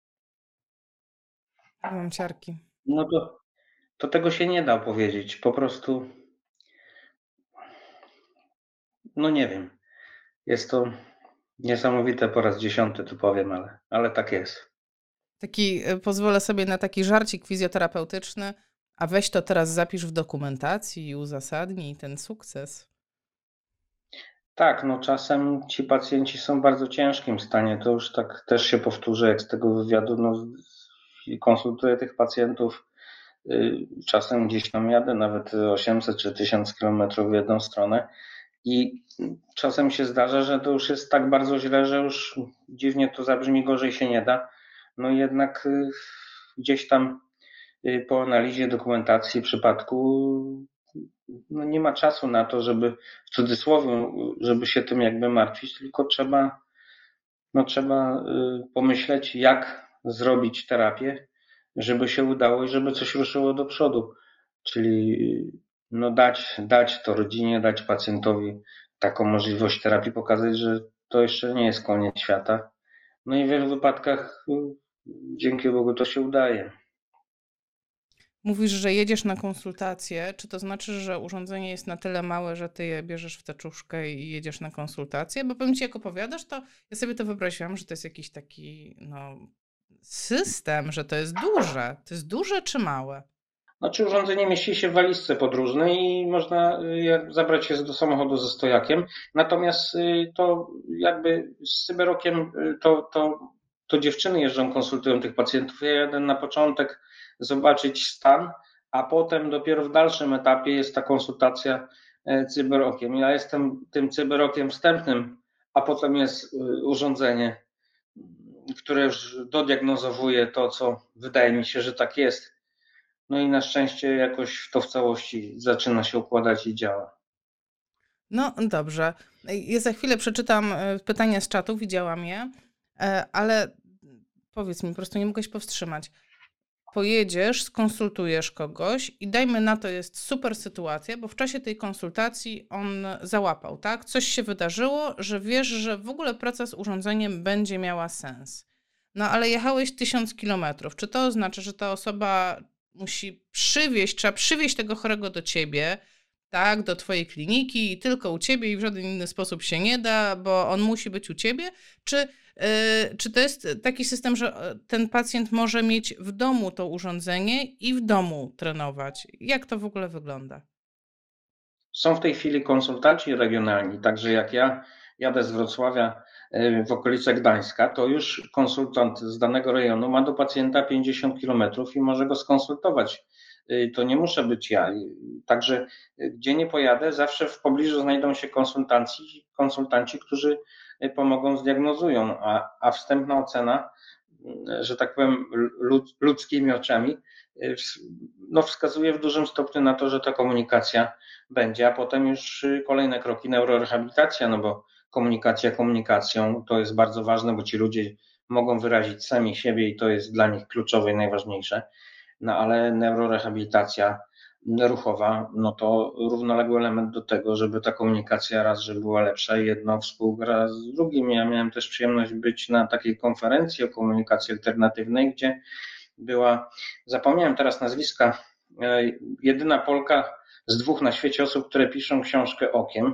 Mam ciarki. No to tego się nie da opowiedzieć, po prostu, no nie wiem, jest to niesamowite, po raz 10 tu powiem, ale tak jest. Pozwolę sobie na taki żarcik fizjoterapeutyczny, a weź to teraz zapisz w dokumentacji i uzasadnij ten sukces. Tak, no czasem ci pacjenci są w bardzo ciężkim stanie. To już tak też się powtórzę, jak z tego wywiadu, no, konsultuję tych pacjentów. Czasem gdzieś tam jadę, nawet 800 czy 1000 kilometrów w jedną stronę i czasem się zdarza, że to już jest tak bardzo źle, że już dziwnie to zabrzmi, gorzej się nie da. No i jednak gdzieś tam po analizie dokumentacji przypadku no nie ma czasu na to, żeby w cudzysłowie, żeby się tym jakby martwić, tylko trzeba pomyśleć, jak zrobić terapię, żeby się udało i żeby coś ruszyło do przodu. Czyli no dać to rodzinie, dać pacjentowi taką możliwość terapii, pokazać, że to jeszcze nie jest koniec świata. No i w wielu wypadkach dzięki Bogu to się udaje. Mówisz, że jedziesz na konsultację. Czy to znaczy, że urządzenie jest na tyle małe, że ty je bierzesz w teczuszkę i jedziesz na konsultację? Bo powiem ci, jak opowiadasz, to ja sobie to wyobraziłam, że to jest jakiś taki system, że to jest duże. To jest duże czy małe? Znaczy urządzenie mieści się w walizce podróżnej i można je zabrać je do samochodu ze stojakiem. Natomiast to jakby z cyberokiem to dziewczyny jeżdżą, konsultują tych pacjentów. Ja jadę na początek zobaczyć stan, a potem dopiero w dalszym etapie jest ta konsultacja cyberokiem. Ja jestem tym cyberokiem wstępnym, a potem jest urządzenie, które już dodiagnozowuje to, co wydaje mi się, że tak jest. No i na szczęście jakoś to w całości zaczyna się układać i działa. No dobrze. Ja za chwilę przeczytam pytania z czatu, widziałam je, ale powiedz mi, po prostu nie mogę się powstrzymać. Pojedziesz, skonsultujesz kogoś i dajmy na to, jest super sytuacja, bo w czasie tej konsultacji on załapał, tak? Coś się wydarzyło, że wiesz, że w ogóle praca z urządzeniem będzie miała sens. No ale jechałeś 1000 kilometrów. Czy to oznacza, że ta osoba trzeba przywieźć tego chorego do ciebie, tak, do twojej kliniki i tylko u ciebie i w żaden inny sposób się nie da, bo on musi być u ciebie? Czy to jest taki system, że ten pacjent może mieć w domu to urządzenie i w domu trenować? Jak to w ogóle wygląda? Są w tej chwili konsultanci regionalni, także jak ja jadę z Wrocławia w okolice Gdańska, to już konsultant z danego rejonu ma do pacjenta 50 kilometrów i może go skonsultować. To nie muszę być ja. Także gdzie nie pojadę, zawsze w pobliżu znajdą się konsultanci, którzy pomogą, zdiagnozują, a wstępna ocena, że tak powiem, ludzkimi oczami, no wskazuje w dużym stopniu na to, że ta komunikacja będzie, a potem już kolejne kroki neurorehabilitacja, no bo komunikacja komunikacją to jest bardzo ważne, bo ci ludzie mogą wyrazić sami siebie i to jest dla nich kluczowe i najważniejsze, no ale neurorehabilitacja ruchowa, no to równoległy element do tego, żeby ta komunikacja raz, że była lepsza i jedno współgra z drugim. Ja miałem też przyjemność być na takiej konferencji o komunikacji alternatywnej, gdzie była, zapomniałem teraz nazwiska jedyna Polka z 2 na świecie osób, które piszą książkę okiem.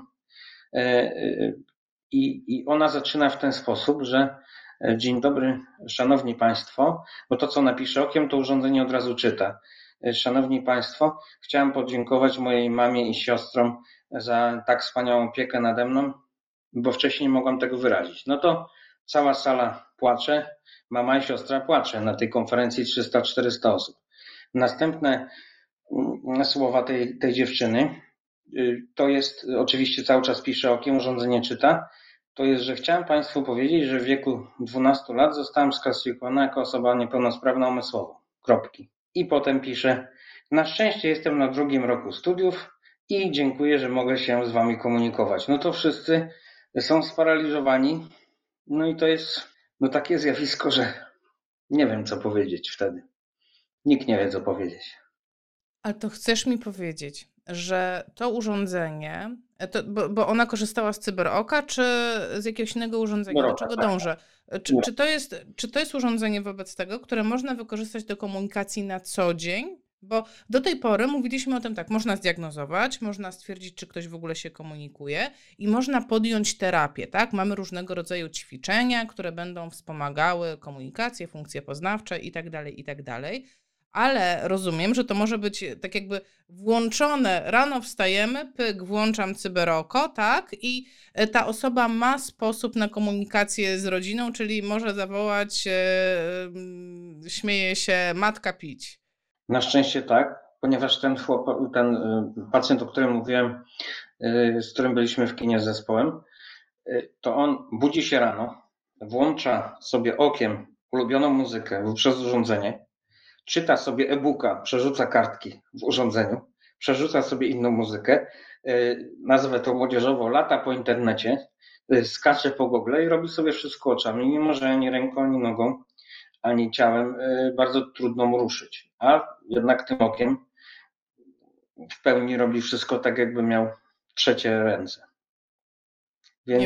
I ona zaczyna w ten sposób, że dzień dobry, szanowni państwo, bo to, co napisze okiem, to urządzenie od razu czyta. Szanowni państwo, chciałem podziękować mojej mamie i siostrom za tak wspaniałą opiekę nade mną, bo wcześniej nie mogłam tego wyrazić. No to cała sala płacze, mama i siostra płacze, na tej konferencji 300-400 osób. Następne słowa tej dziewczyny, to jest, oczywiście cały czas pisze okiem, urządzenie czyta, to jest, że chciałem państwu powiedzieć, że w wieku 12 lat zostałem sklasyfikowana jako osoba niepełnosprawna umysłowo. Kropki. I potem pisze, na szczęście jestem na 2. roku studiów i dziękuję, że mogę się z wami komunikować. No to wszyscy są sparaliżowani. No i to jest takie zjawisko, że nie wiem, co powiedzieć wtedy. Nikt nie wie, co powiedzieć. Ale to chcesz mi powiedzieć, że to urządzenie, bo ona korzystała z CyberOka, czy z jakiegoś innego urządzenia? Do czego dążę? Czy to jest urządzenie wobec tego, które można wykorzystać do komunikacji na co dzień? Bo do tej pory mówiliśmy o tym tak, można zdiagnozować, można stwierdzić, czy ktoś w ogóle się komunikuje i można podjąć terapię, tak? Mamy różnego rodzaju ćwiczenia, które będą wspomagały komunikację, funkcje poznawcze itd., itd. Ale rozumiem, że to może być tak jakby włączone, rano wstajemy, pyk, włączam CyberOko, tak? I ta osoba ma sposób na komunikację z rodziną, czyli może zawołać, śmieje się, matka pić. Na szczęście tak, ponieważ ten pacjent, o którym mówiłem, z którym byliśmy w kinie z zespołem, to on budzi się rano, włącza sobie okiem ulubioną muzykę przez urządzenie, czyta sobie e-booka, przerzuca kartki w urządzeniu, przerzuca sobie inną muzykę, nazwę to młodzieżowo, lata po internecie, skacze po Google i robi sobie wszystko oczami, mimo że ani ręką, ani nogą, ani ciałem bardzo trudno mu ruszyć. A jednak tym okiem w pełni robi wszystko tak, jakby miał 3 ręce. Więc...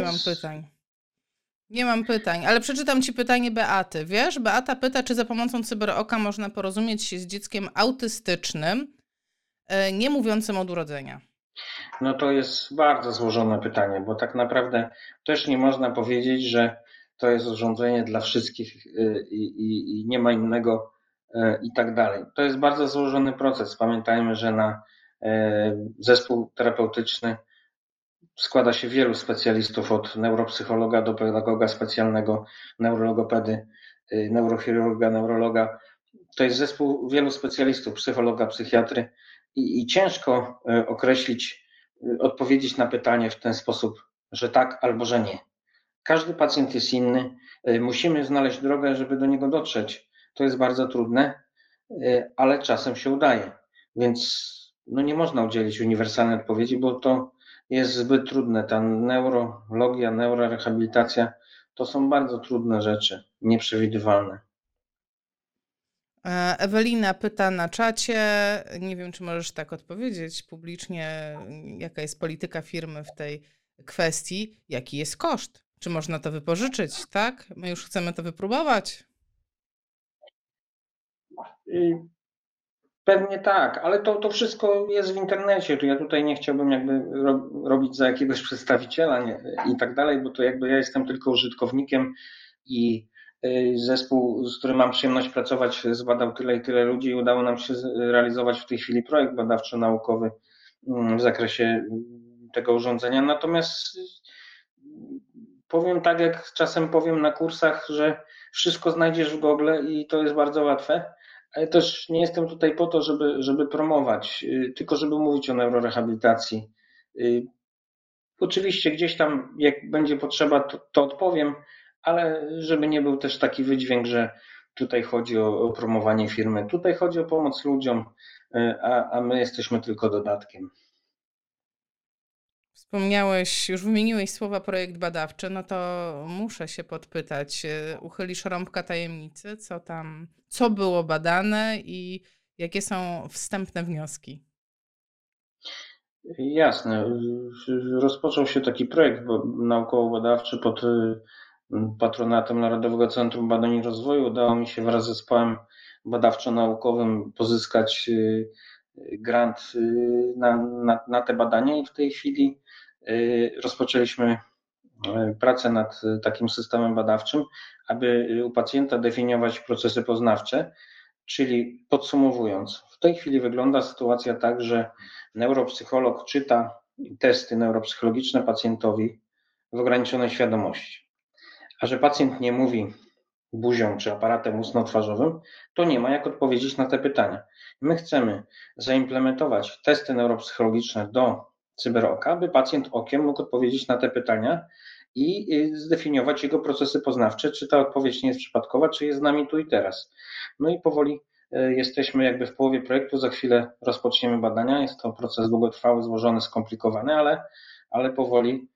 Nie mam pytań, ale przeczytam ci pytanie Beaty. Wiesz, Beata pyta, czy za pomocą CyberOka można porozumieć się z dzieckiem autystycznym, nie mówiącym od urodzenia? No to jest bardzo złożone pytanie, bo tak naprawdę też nie można powiedzieć, że to jest urządzenie dla wszystkich i nie ma innego i tak dalej. To jest bardzo złożony proces. Pamiętajmy, że na zespół terapeutyczny składa się wielu specjalistów, od neuropsychologa do pedagoga specjalnego, neurologopedy, neurochirurga, neurologa. To jest zespół wielu specjalistów, psychologa, psychiatry i ciężko określić, odpowiedzieć na pytanie w ten sposób, że tak albo że nie. Każdy pacjent jest inny. Musimy znaleźć drogę, żeby do niego dotrzeć. To jest bardzo trudne, ale czasem się udaje. Więc nie można udzielić uniwersalnej odpowiedzi, bo to jest zbyt trudne. Ta neurologia, neurorehabilitacja to są bardzo trudne rzeczy, nieprzewidywalne. Ewelina pyta na czacie, nie wiem, czy możesz tak odpowiedzieć publicznie, jaka jest polityka firmy w tej kwestii, jaki jest koszt? Czy można to wypożyczyć, tak? My już chcemy to wypróbować. Pewnie tak, ale to wszystko jest w internecie. Ja tutaj nie chciałbym jakby robić za jakiegoś przedstawiciela i tak dalej, bo to jakby ja jestem tylko użytkownikiem i zespół, z którym mam przyjemność pracować, zbadał tyle i tyle ludzi i udało nam się realizować w tej chwili projekt badawczo-naukowy w zakresie tego urządzenia. Natomiast powiem tak, jak czasem powiem na kursach, że wszystko znajdziesz w Google i to jest bardzo łatwe. Ale też nie jestem tutaj po to, żeby promować, tylko żeby mówić o neurorehabilitacji. Oczywiście gdzieś tam, jak będzie potrzeba, to odpowiem, ale żeby nie był też taki wydźwięk, że tutaj chodzi o promowanie firmy. Tutaj chodzi o pomoc ludziom, a my jesteśmy tylko dodatkiem. Wspomniałeś, już wymieniłeś słowa projekt badawczy, no to muszę się podpytać. Uchylisz rąbka tajemnicy, co było badane i jakie są wstępne wnioski? Jasne. Rozpoczął się taki projekt naukowo-badawczy pod patronatem Narodowego Centrum Badań i Rozwoju. Udało mi się wraz z zespołem badawczo-naukowym pozyskać grant na te badania i w tej chwili rozpoczęliśmy pracę nad takim systemem badawczym, aby u pacjenta definiować procesy poznawcze, czyli podsumowując, w tej chwili wygląda sytuacja tak, że neuropsycholog czyta testy neuropsychologiczne pacjentowi w ograniczonej świadomości, a że pacjent nie mówi buzią czy aparatem ustno-twarzowym, to nie ma jak odpowiedzieć na te pytania. My chcemy zaimplementować testy neuropsychologiczne do CyberOka, by pacjent okiem mógł odpowiedzieć na te pytania i zdefiniować jego procesy poznawcze, czy ta odpowiedź nie jest przypadkowa, czy jest z nami tu i teraz. No i powoli jesteśmy jakby w połowie projektu, za chwilę rozpoczniemy badania. Jest to proces długotrwały, złożony, skomplikowany, ale powoli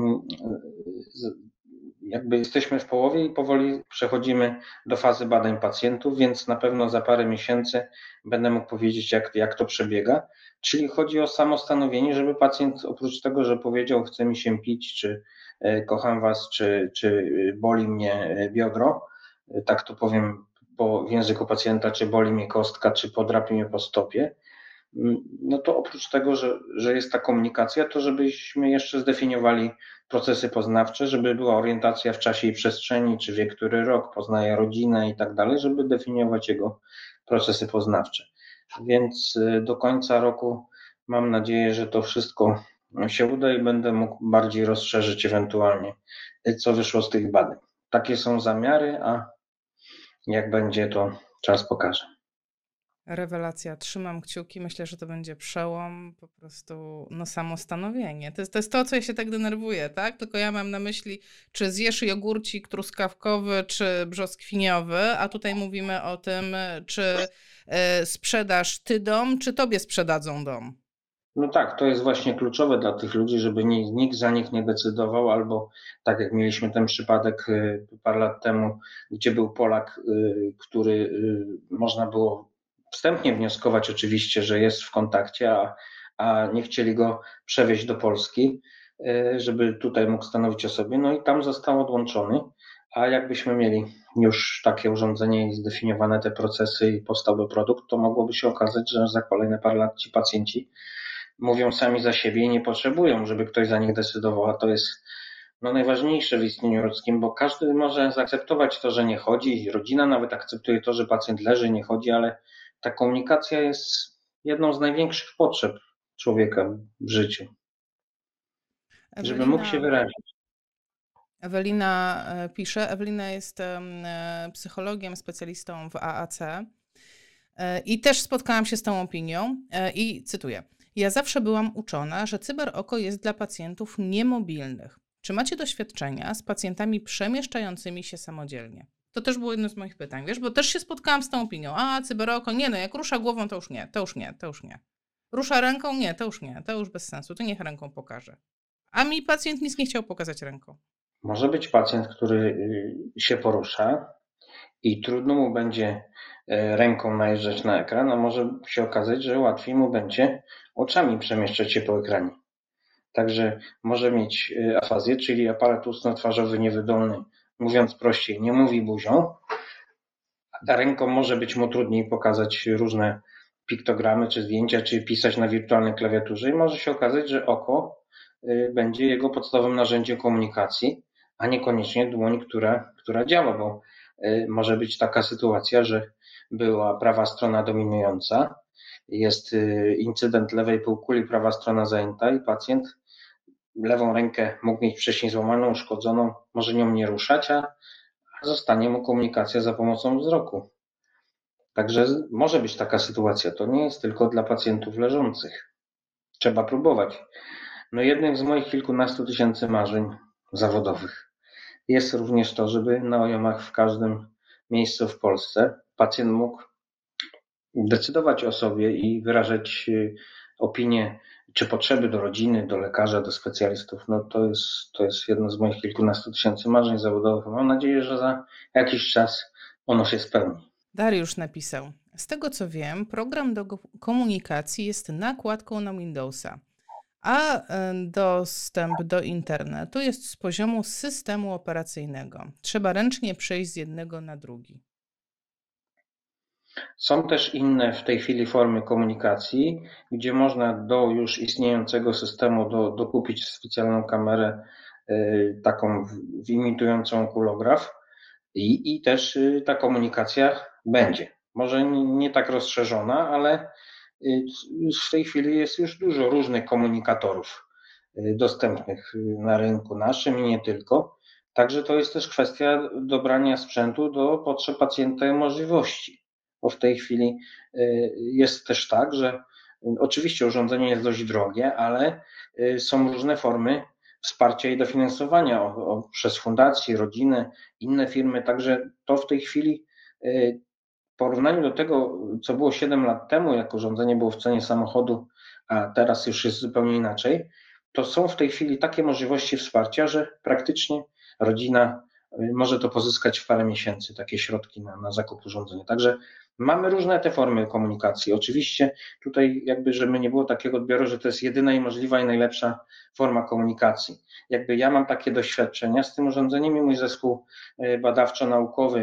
jakby jesteśmy w połowie i powoli przechodzimy do fazy badań pacjentów, więc na pewno za parę miesięcy będę mógł powiedzieć, jak to przebiega. Czyli chodzi o samostanowienie, żeby pacjent oprócz tego, że powiedział chce mi się pić, czy kocham was, czy boli mnie biodro, tak to powiem w języku pacjenta, czy boli mnie kostka, czy podrapie mnie po stopie, no to oprócz tego, że jest ta komunikacja, to żebyśmy jeszcze zdefiniowali procesy poznawcze, żeby była orientacja w czasie i przestrzeni, czy wie, który rok poznaje rodzinę i tak dalej, żeby definiować jego procesy poznawcze. Więc do końca roku mam nadzieję, że to wszystko się uda i będę mógł bardziej rozszerzyć ewentualnie, co wyszło z tych badań. Takie są zamiary, a jak będzie, to czas pokaże. Rewelacja, trzymam kciuki, myślę, że to będzie przełom, po prostu samostanowienie. To jest to, co ja się tak denerwuję, tak? Tylko ja mam na myśli, czy zjesz jogurcik truskawkowy, czy brzoskwiniowy, a tutaj mówimy o tym, czy sprzedasz ty dom, czy tobie sprzedadzą dom. No tak, to jest właśnie kluczowe dla tych ludzi, żeby nikt za nich nie decydował, albo tak jak mieliśmy ten przypadek parę lat temu, gdzie był Polak, który można było wstępnie wnioskować oczywiście, że jest w kontakcie, a nie chcieli go przewieźć do Polski, żeby tutaj mógł stanowić o sobie, no i tam został odłączony, a jakbyśmy mieli już takie urządzenie i zdefiniowane te procesy i powstałby produkt, to mogłoby się okazać, że za kolejne parę lat ci pacjenci mówią sami za siebie i nie potrzebują, żeby ktoś za nich decydował, a to jest najważniejsze w istnieniu ludzkim, bo każdy może zaakceptować to, że nie chodzi, rodzina nawet akceptuje to, że pacjent leży, nie chodzi, ale ta komunikacja jest jedną z największych potrzeb człowieka w życiu, żeby mógł się wyrazić. Ewelina pisze, Ewelina jest psychologiem, specjalistą w AAC i też spotkałam się z tą opinią i cytuję. Ja zawsze byłam uczona, że CyberOko jest dla pacjentów niemobilnych. Czy macie doświadczenia z pacjentami przemieszczającymi się samodzielnie? To też było jedno z moich pytań, wiesz, bo też się spotkałam z tą opinią. CyberOko, nie, jak rusza głową, to już nie. Rusza ręką? Nie, to już bez sensu, to niech ręką pokaże. A mi pacjent nic nie chciał pokazać ręką. Może być pacjent, który się porusza i trudno mu będzie ręką najeżdżać na ekran, a może się okazać, że łatwiej mu będzie oczami przemieszczać się po ekranie. Także może mieć afazję, czyli aparat ustno-twarzowy niewydolny, mówiąc prościej, nie mówi buzią, a ręką może być mu trudniej pokazać różne piktogramy czy zdjęcia, czy pisać na wirtualnej klawiaturze i może się okazać, że oko będzie jego podstawowym narzędziem komunikacji, a niekoniecznie dłoń, która działa, bo może być taka sytuacja, że była prawa strona dominująca, jest incydent lewej półkuli, prawa strona zajęta i pacjent lewą rękę mógł mieć wcześniej złamaną, uszkodzoną, może nią nie ruszać, a zostanie mu komunikacja za pomocą wzroku. Także może być taka sytuacja. To nie jest tylko dla pacjentów leżących. Trzeba próbować. Jednym z moich kilkunastu tysięcy marzeń zawodowych jest również to, żeby na OJOM-ach w każdym miejscu w Polsce pacjent mógł decydować o sobie i wyrażać opinie czy potrzeby do rodziny, do lekarza, do specjalistów. To jest jedno z moich kilkunastu tysięcy marzeń zawodowych. Mam nadzieję, że za jakiś czas ono się spełni. Dariusz napisał, z tego co wiem, program do komunikacji jest nakładką na Windowsa, a dostęp do internetu jest z poziomu systemu operacyjnego. Trzeba ręcznie przejść z jednego na drugi. Są też inne w tej chwili formy komunikacji, gdzie można do już istniejącego systemu dokupić specjalną kamerę taką imitującą kulograf i też ta komunikacja będzie. Może nie tak rozszerzona, ale w tej chwili jest już dużo różnych komunikatorów dostępnych na rynku naszym i nie tylko. Także to jest też kwestia dobrania sprzętu do potrzeb pacjenta i możliwości. Bo w tej chwili jest też tak, że oczywiście urządzenie jest dość drogie, ale są różne formy wsparcia i dofinansowania przez fundacje, rodziny, inne firmy. Także to w tej chwili w porównaniu do tego, co było 7 lat temu, jak urządzenie było w cenie samochodu, a teraz już jest zupełnie inaczej, to są w tej chwili takie możliwości wsparcia, że praktycznie rodzina może to pozyskać w parę miesięcy, takie środki na zakup urządzenia. Także mamy różne te formy komunikacji. Oczywiście tutaj jakby, żeby nie było takiego odbioru, że to jest jedyna i możliwa i najlepsza forma komunikacji. Jakby ja mam takie doświadczenia z tym urządzeniem i mój zespół badawczo-naukowy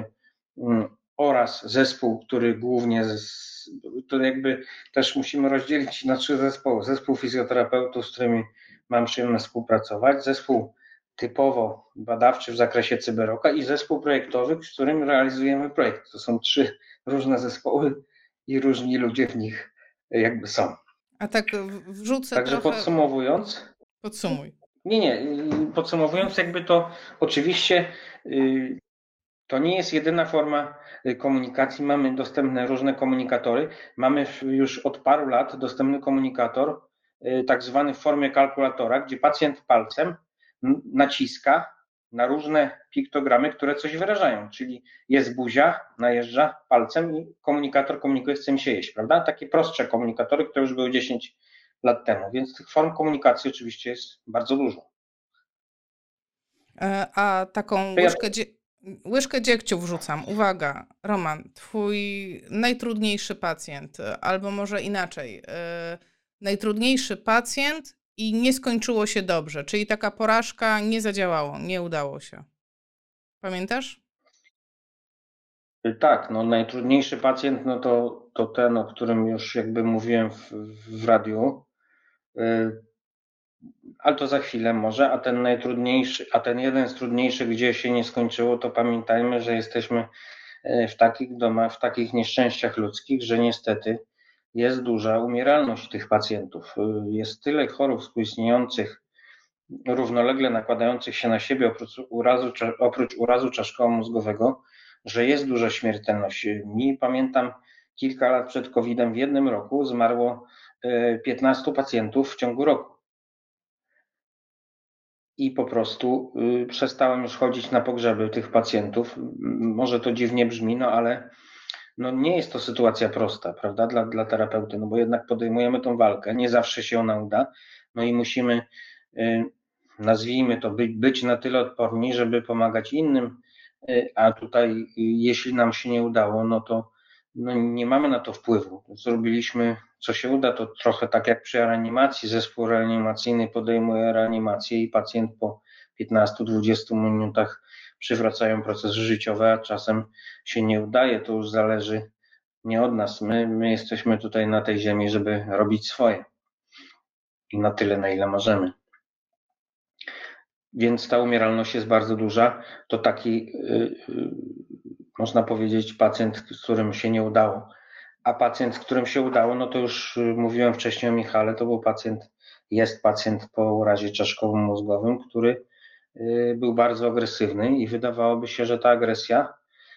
oraz zespół, który głównie, to jakby też musimy rozdzielić na 3 zespoły. Zespół fizjoterapeutów, z którymi mam przyjemność współpracować, zespół typowo badawczy w zakresie cyberoka i zespół projektowy, z którym realizujemy projekt. To są 3 różne zespoły i różni ludzie w nich jakby są. A tak wrzucę Także trochę... podsumowując... Podsumuj. Nie, podsumowując jakby to oczywiście to nie jest jedyna forma komunikacji. Mamy dostępne różne komunikatory. Mamy już od paru lat dostępny komunikator, tak zwany w formie kalkulatora, gdzie pacjent palcem naciska na różne piktogramy, które coś wyrażają. Czyli jest buzia, najeżdża palcem i komunikator komunikuje, chce mi się jeść, prawda? Takie prostsze komunikatory, które już były 10 lat temu. Więc tych form komunikacji oczywiście jest bardzo dużo. A taką łyżkę dziegciu wrzucam. Uwaga, Roman, twój najtrudniejszy pacjent, albo może inaczej, najtrudniejszy pacjent i nie skończyło się dobrze, czyli taka porażka nie zadziałało, nie udało się. Pamiętasz? Tak, no najtrudniejszy pacjent, no to ten, o którym już jakby mówiłem w radiu, ale to za chwilę może, a ten najtrudniejszy, a ten jeden z trudniejszych, gdzie się nie skończyło, to pamiętajmy, że jesteśmy w takich domach, w takich nieszczęściach ludzkich, że niestety jest duża umieralność tych pacjentów. Jest tyle chorób współistniejących, równolegle nakładających się na siebie oprócz urazu czaszkowo-mózgowego, że jest duża śmiertelność. Mi pamiętam kilka lat przed COVID-em w jednym roku zmarło 15 pacjentów w ciągu roku. I po prostu przestałem już chodzić na pogrzeby tych pacjentów. Może to dziwnie brzmi, no ale no nie jest to sytuacja prosta, prawda, dla terapeuty, no bo jednak podejmujemy tą walkę, nie zawsze się ona uda, no i musimy, nazwijmy to, być na tyle odporni, żeby pomagać innym, a tutaj jeśli nam się nie udało, no to no nie mamy na to wpływu. Zrobiliśmy co się uda, to trochę tak jak przy reanimacji, zespół reanimacyjny podejmuje reanimację i pacjent po 15-20 minutach przywracają procesy życiowe, a czasem się nie udaje, to już zależy nie od nas. My jesteśmy tutaj na tej ziemi, żeby robić swoje i na tyle, na ile możemy. Więc ta umieralność jest bardzo duża. To taki, można powiedzieć, pacjent, z którym się nie udało. A pacjent, z którym się udało, no to już mówiłem wcześniej o Michale, to był jest pacjent po urazie czaszkowo-mózgowym, który był bardzo agresywny i wydawałoby się, że ta agresja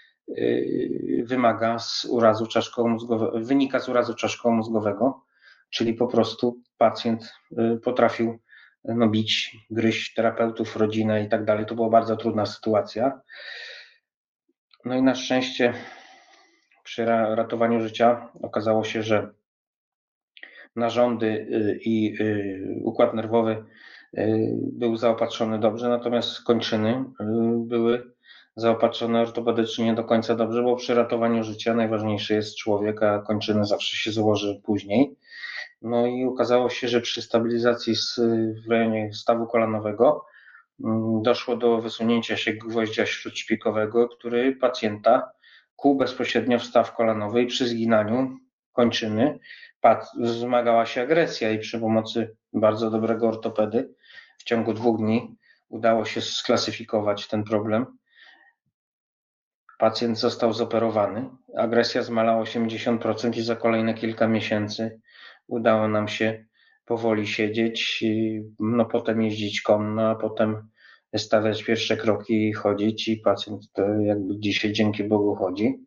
wynika z urazu czaszkowo-mózgowego, czyli po prostu pacjent potrafił bić, gryźć terapeutów, rodzinę i tak dalej. To była bardzo trudna sytuacja. No i na szczęście przy ratowaniu życia okazało się, że narządy i układ nerwowy był zaopatrzony dobrze, natomiast kończyny były zaopatrzone ortopedycznie nie do końca dobrze, bo przy ratowaniu życia najważniejszy jest człowiek, a kończyny zawsze się założy później. No i okazało się, że przy stabilizacji w rejonie stawu kolanowego doszło do wysunięcia się gwoździa śródśpikowego, który pacjenta kół bezpośrednio w staw kolanowy i przy zginaniu kończyny wzmagała się agresja i przy pomocy bardzo dobrego ortopedy w ciągu 2 dni udało się sklasyfikować ten problem. Pacjent został zoperowany, agresja zmalała 80% i za kolejne kilka miesięcy udało nam się powoli siedzieć, no potem jeździć konno, a potem stawiać pierwsze kroki i chodzić i pacjent jakby dzisiaj dzięki Bogu chodzi.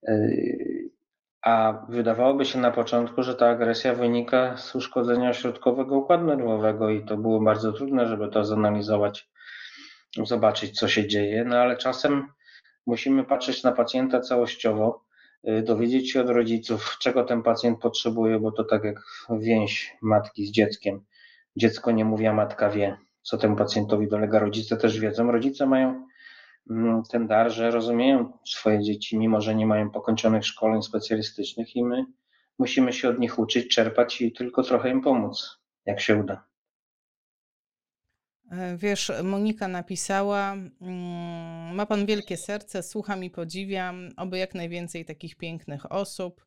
A wydawałoby się na początku, że ta agresja wynika z uszkodzenia środkowego układu nerwowego i to było bardzo trudne, żeby to zanalizować, zobaczyć co się dzieje, no ale czasem musimy patrzeć na pacjenta całościowo, dowiedzieć się od rodziców, czego ten pacjent potrzebuje, bo to tak jak więź matki z dzieckiem. Dziecko nie mówi, a matka wie, co temu pacjentowi dolega. Rodzice też wiedzą. Rodzice mają ten dar, że rozumieją swoje dzieci, mimo że nie mają pokończonych szkoleń specjalistycznych i my musimy się od nich uczyć, czerpać i tylko trochę im pomóc, jak się uda. Wiesz, Monika napisała, ma pan wielkie serce, słucham i podziwiam, oby jak najwięcej takich pięknych osób.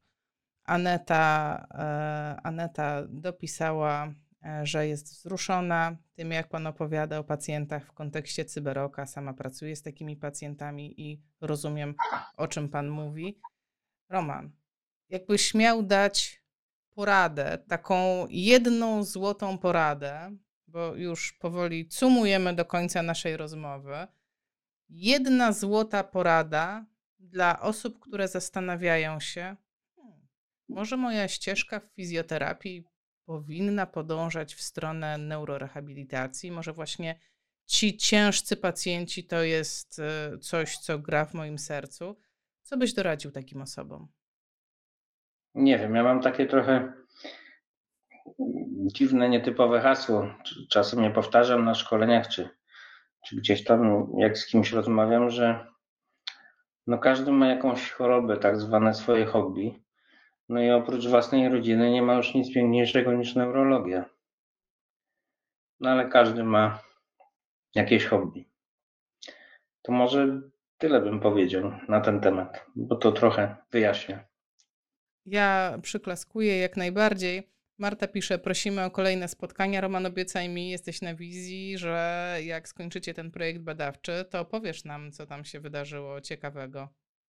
Aneta dopisała, że jest wzruszona tym, jak pan opowiada o pacjentach w kontekście Cyberoka. Sama pracuje z takimi pacjentami i rozumiem, o czym pan mówi. Roman, jakbyś miał dać poradę, taką jedną złotą poradę, bo już powoli cumujemy do końca naszej rozmowy. Jedna złota porada dla osób, które zastanawiają się, może moja ścieżka w fizjoterapii powinna podążać w stronę neurorehabilitacji, może właśnie ci ciężcy pacjenci to jest coś, co gra w moim sercu. Co byś doradził takim osobom? Nie wiem, ja mam takie trochę dziwne, nietypowe hasło. Czasem je powtarzam na szkoleniach, czy gdzieś tam, jak z kimś rozmawiam, że no każdy ma jakąś chorobę, tak zwane swoje hobby. No i oprócz własnej rodziny nie ma już nic piękniejszego niż neurologia. No ale każdy ma jakieś hobby. To może tyle bym powiedział na ten temat, bo to trochę wyjaśnia. Ja przyklaskuję jak najbardziej. Marta pisze, prosimy o kolejne spotkania. Roman, obiecaj mi, jesteś na wizji, że jak skończycie ten projekt badawczy, to opowiesz nam, co tam się wydarzyło ciekawego.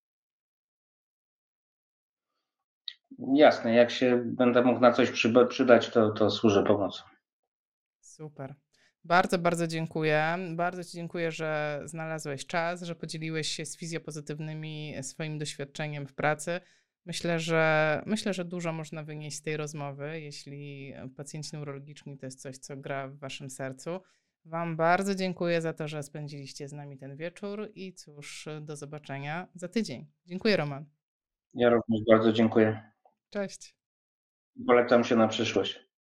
Jasne, jak się będę mógł na coś przydać, to służę pomocą. Super. Bardzo, bardzo dziękuję. Bardzo Ci dziękuję, że znalazłeś czas, że podzieliłeś się z fizjopozytywnymi swoim doświadczeniem w pracy. Myślę, że dużo można wynieść z tej rozmowy, jeśli pacjenci neurologiczni to jest coś, co gra w Waszym sercu. Wam bardzo dziękuję za to, że spędziliście z nami ten wieczór i cóż, do zobaczenia za tydzień. Dziękuję, Roman. Ja również bardzo dziękuję. Cześć. Polecam się na przyszłość.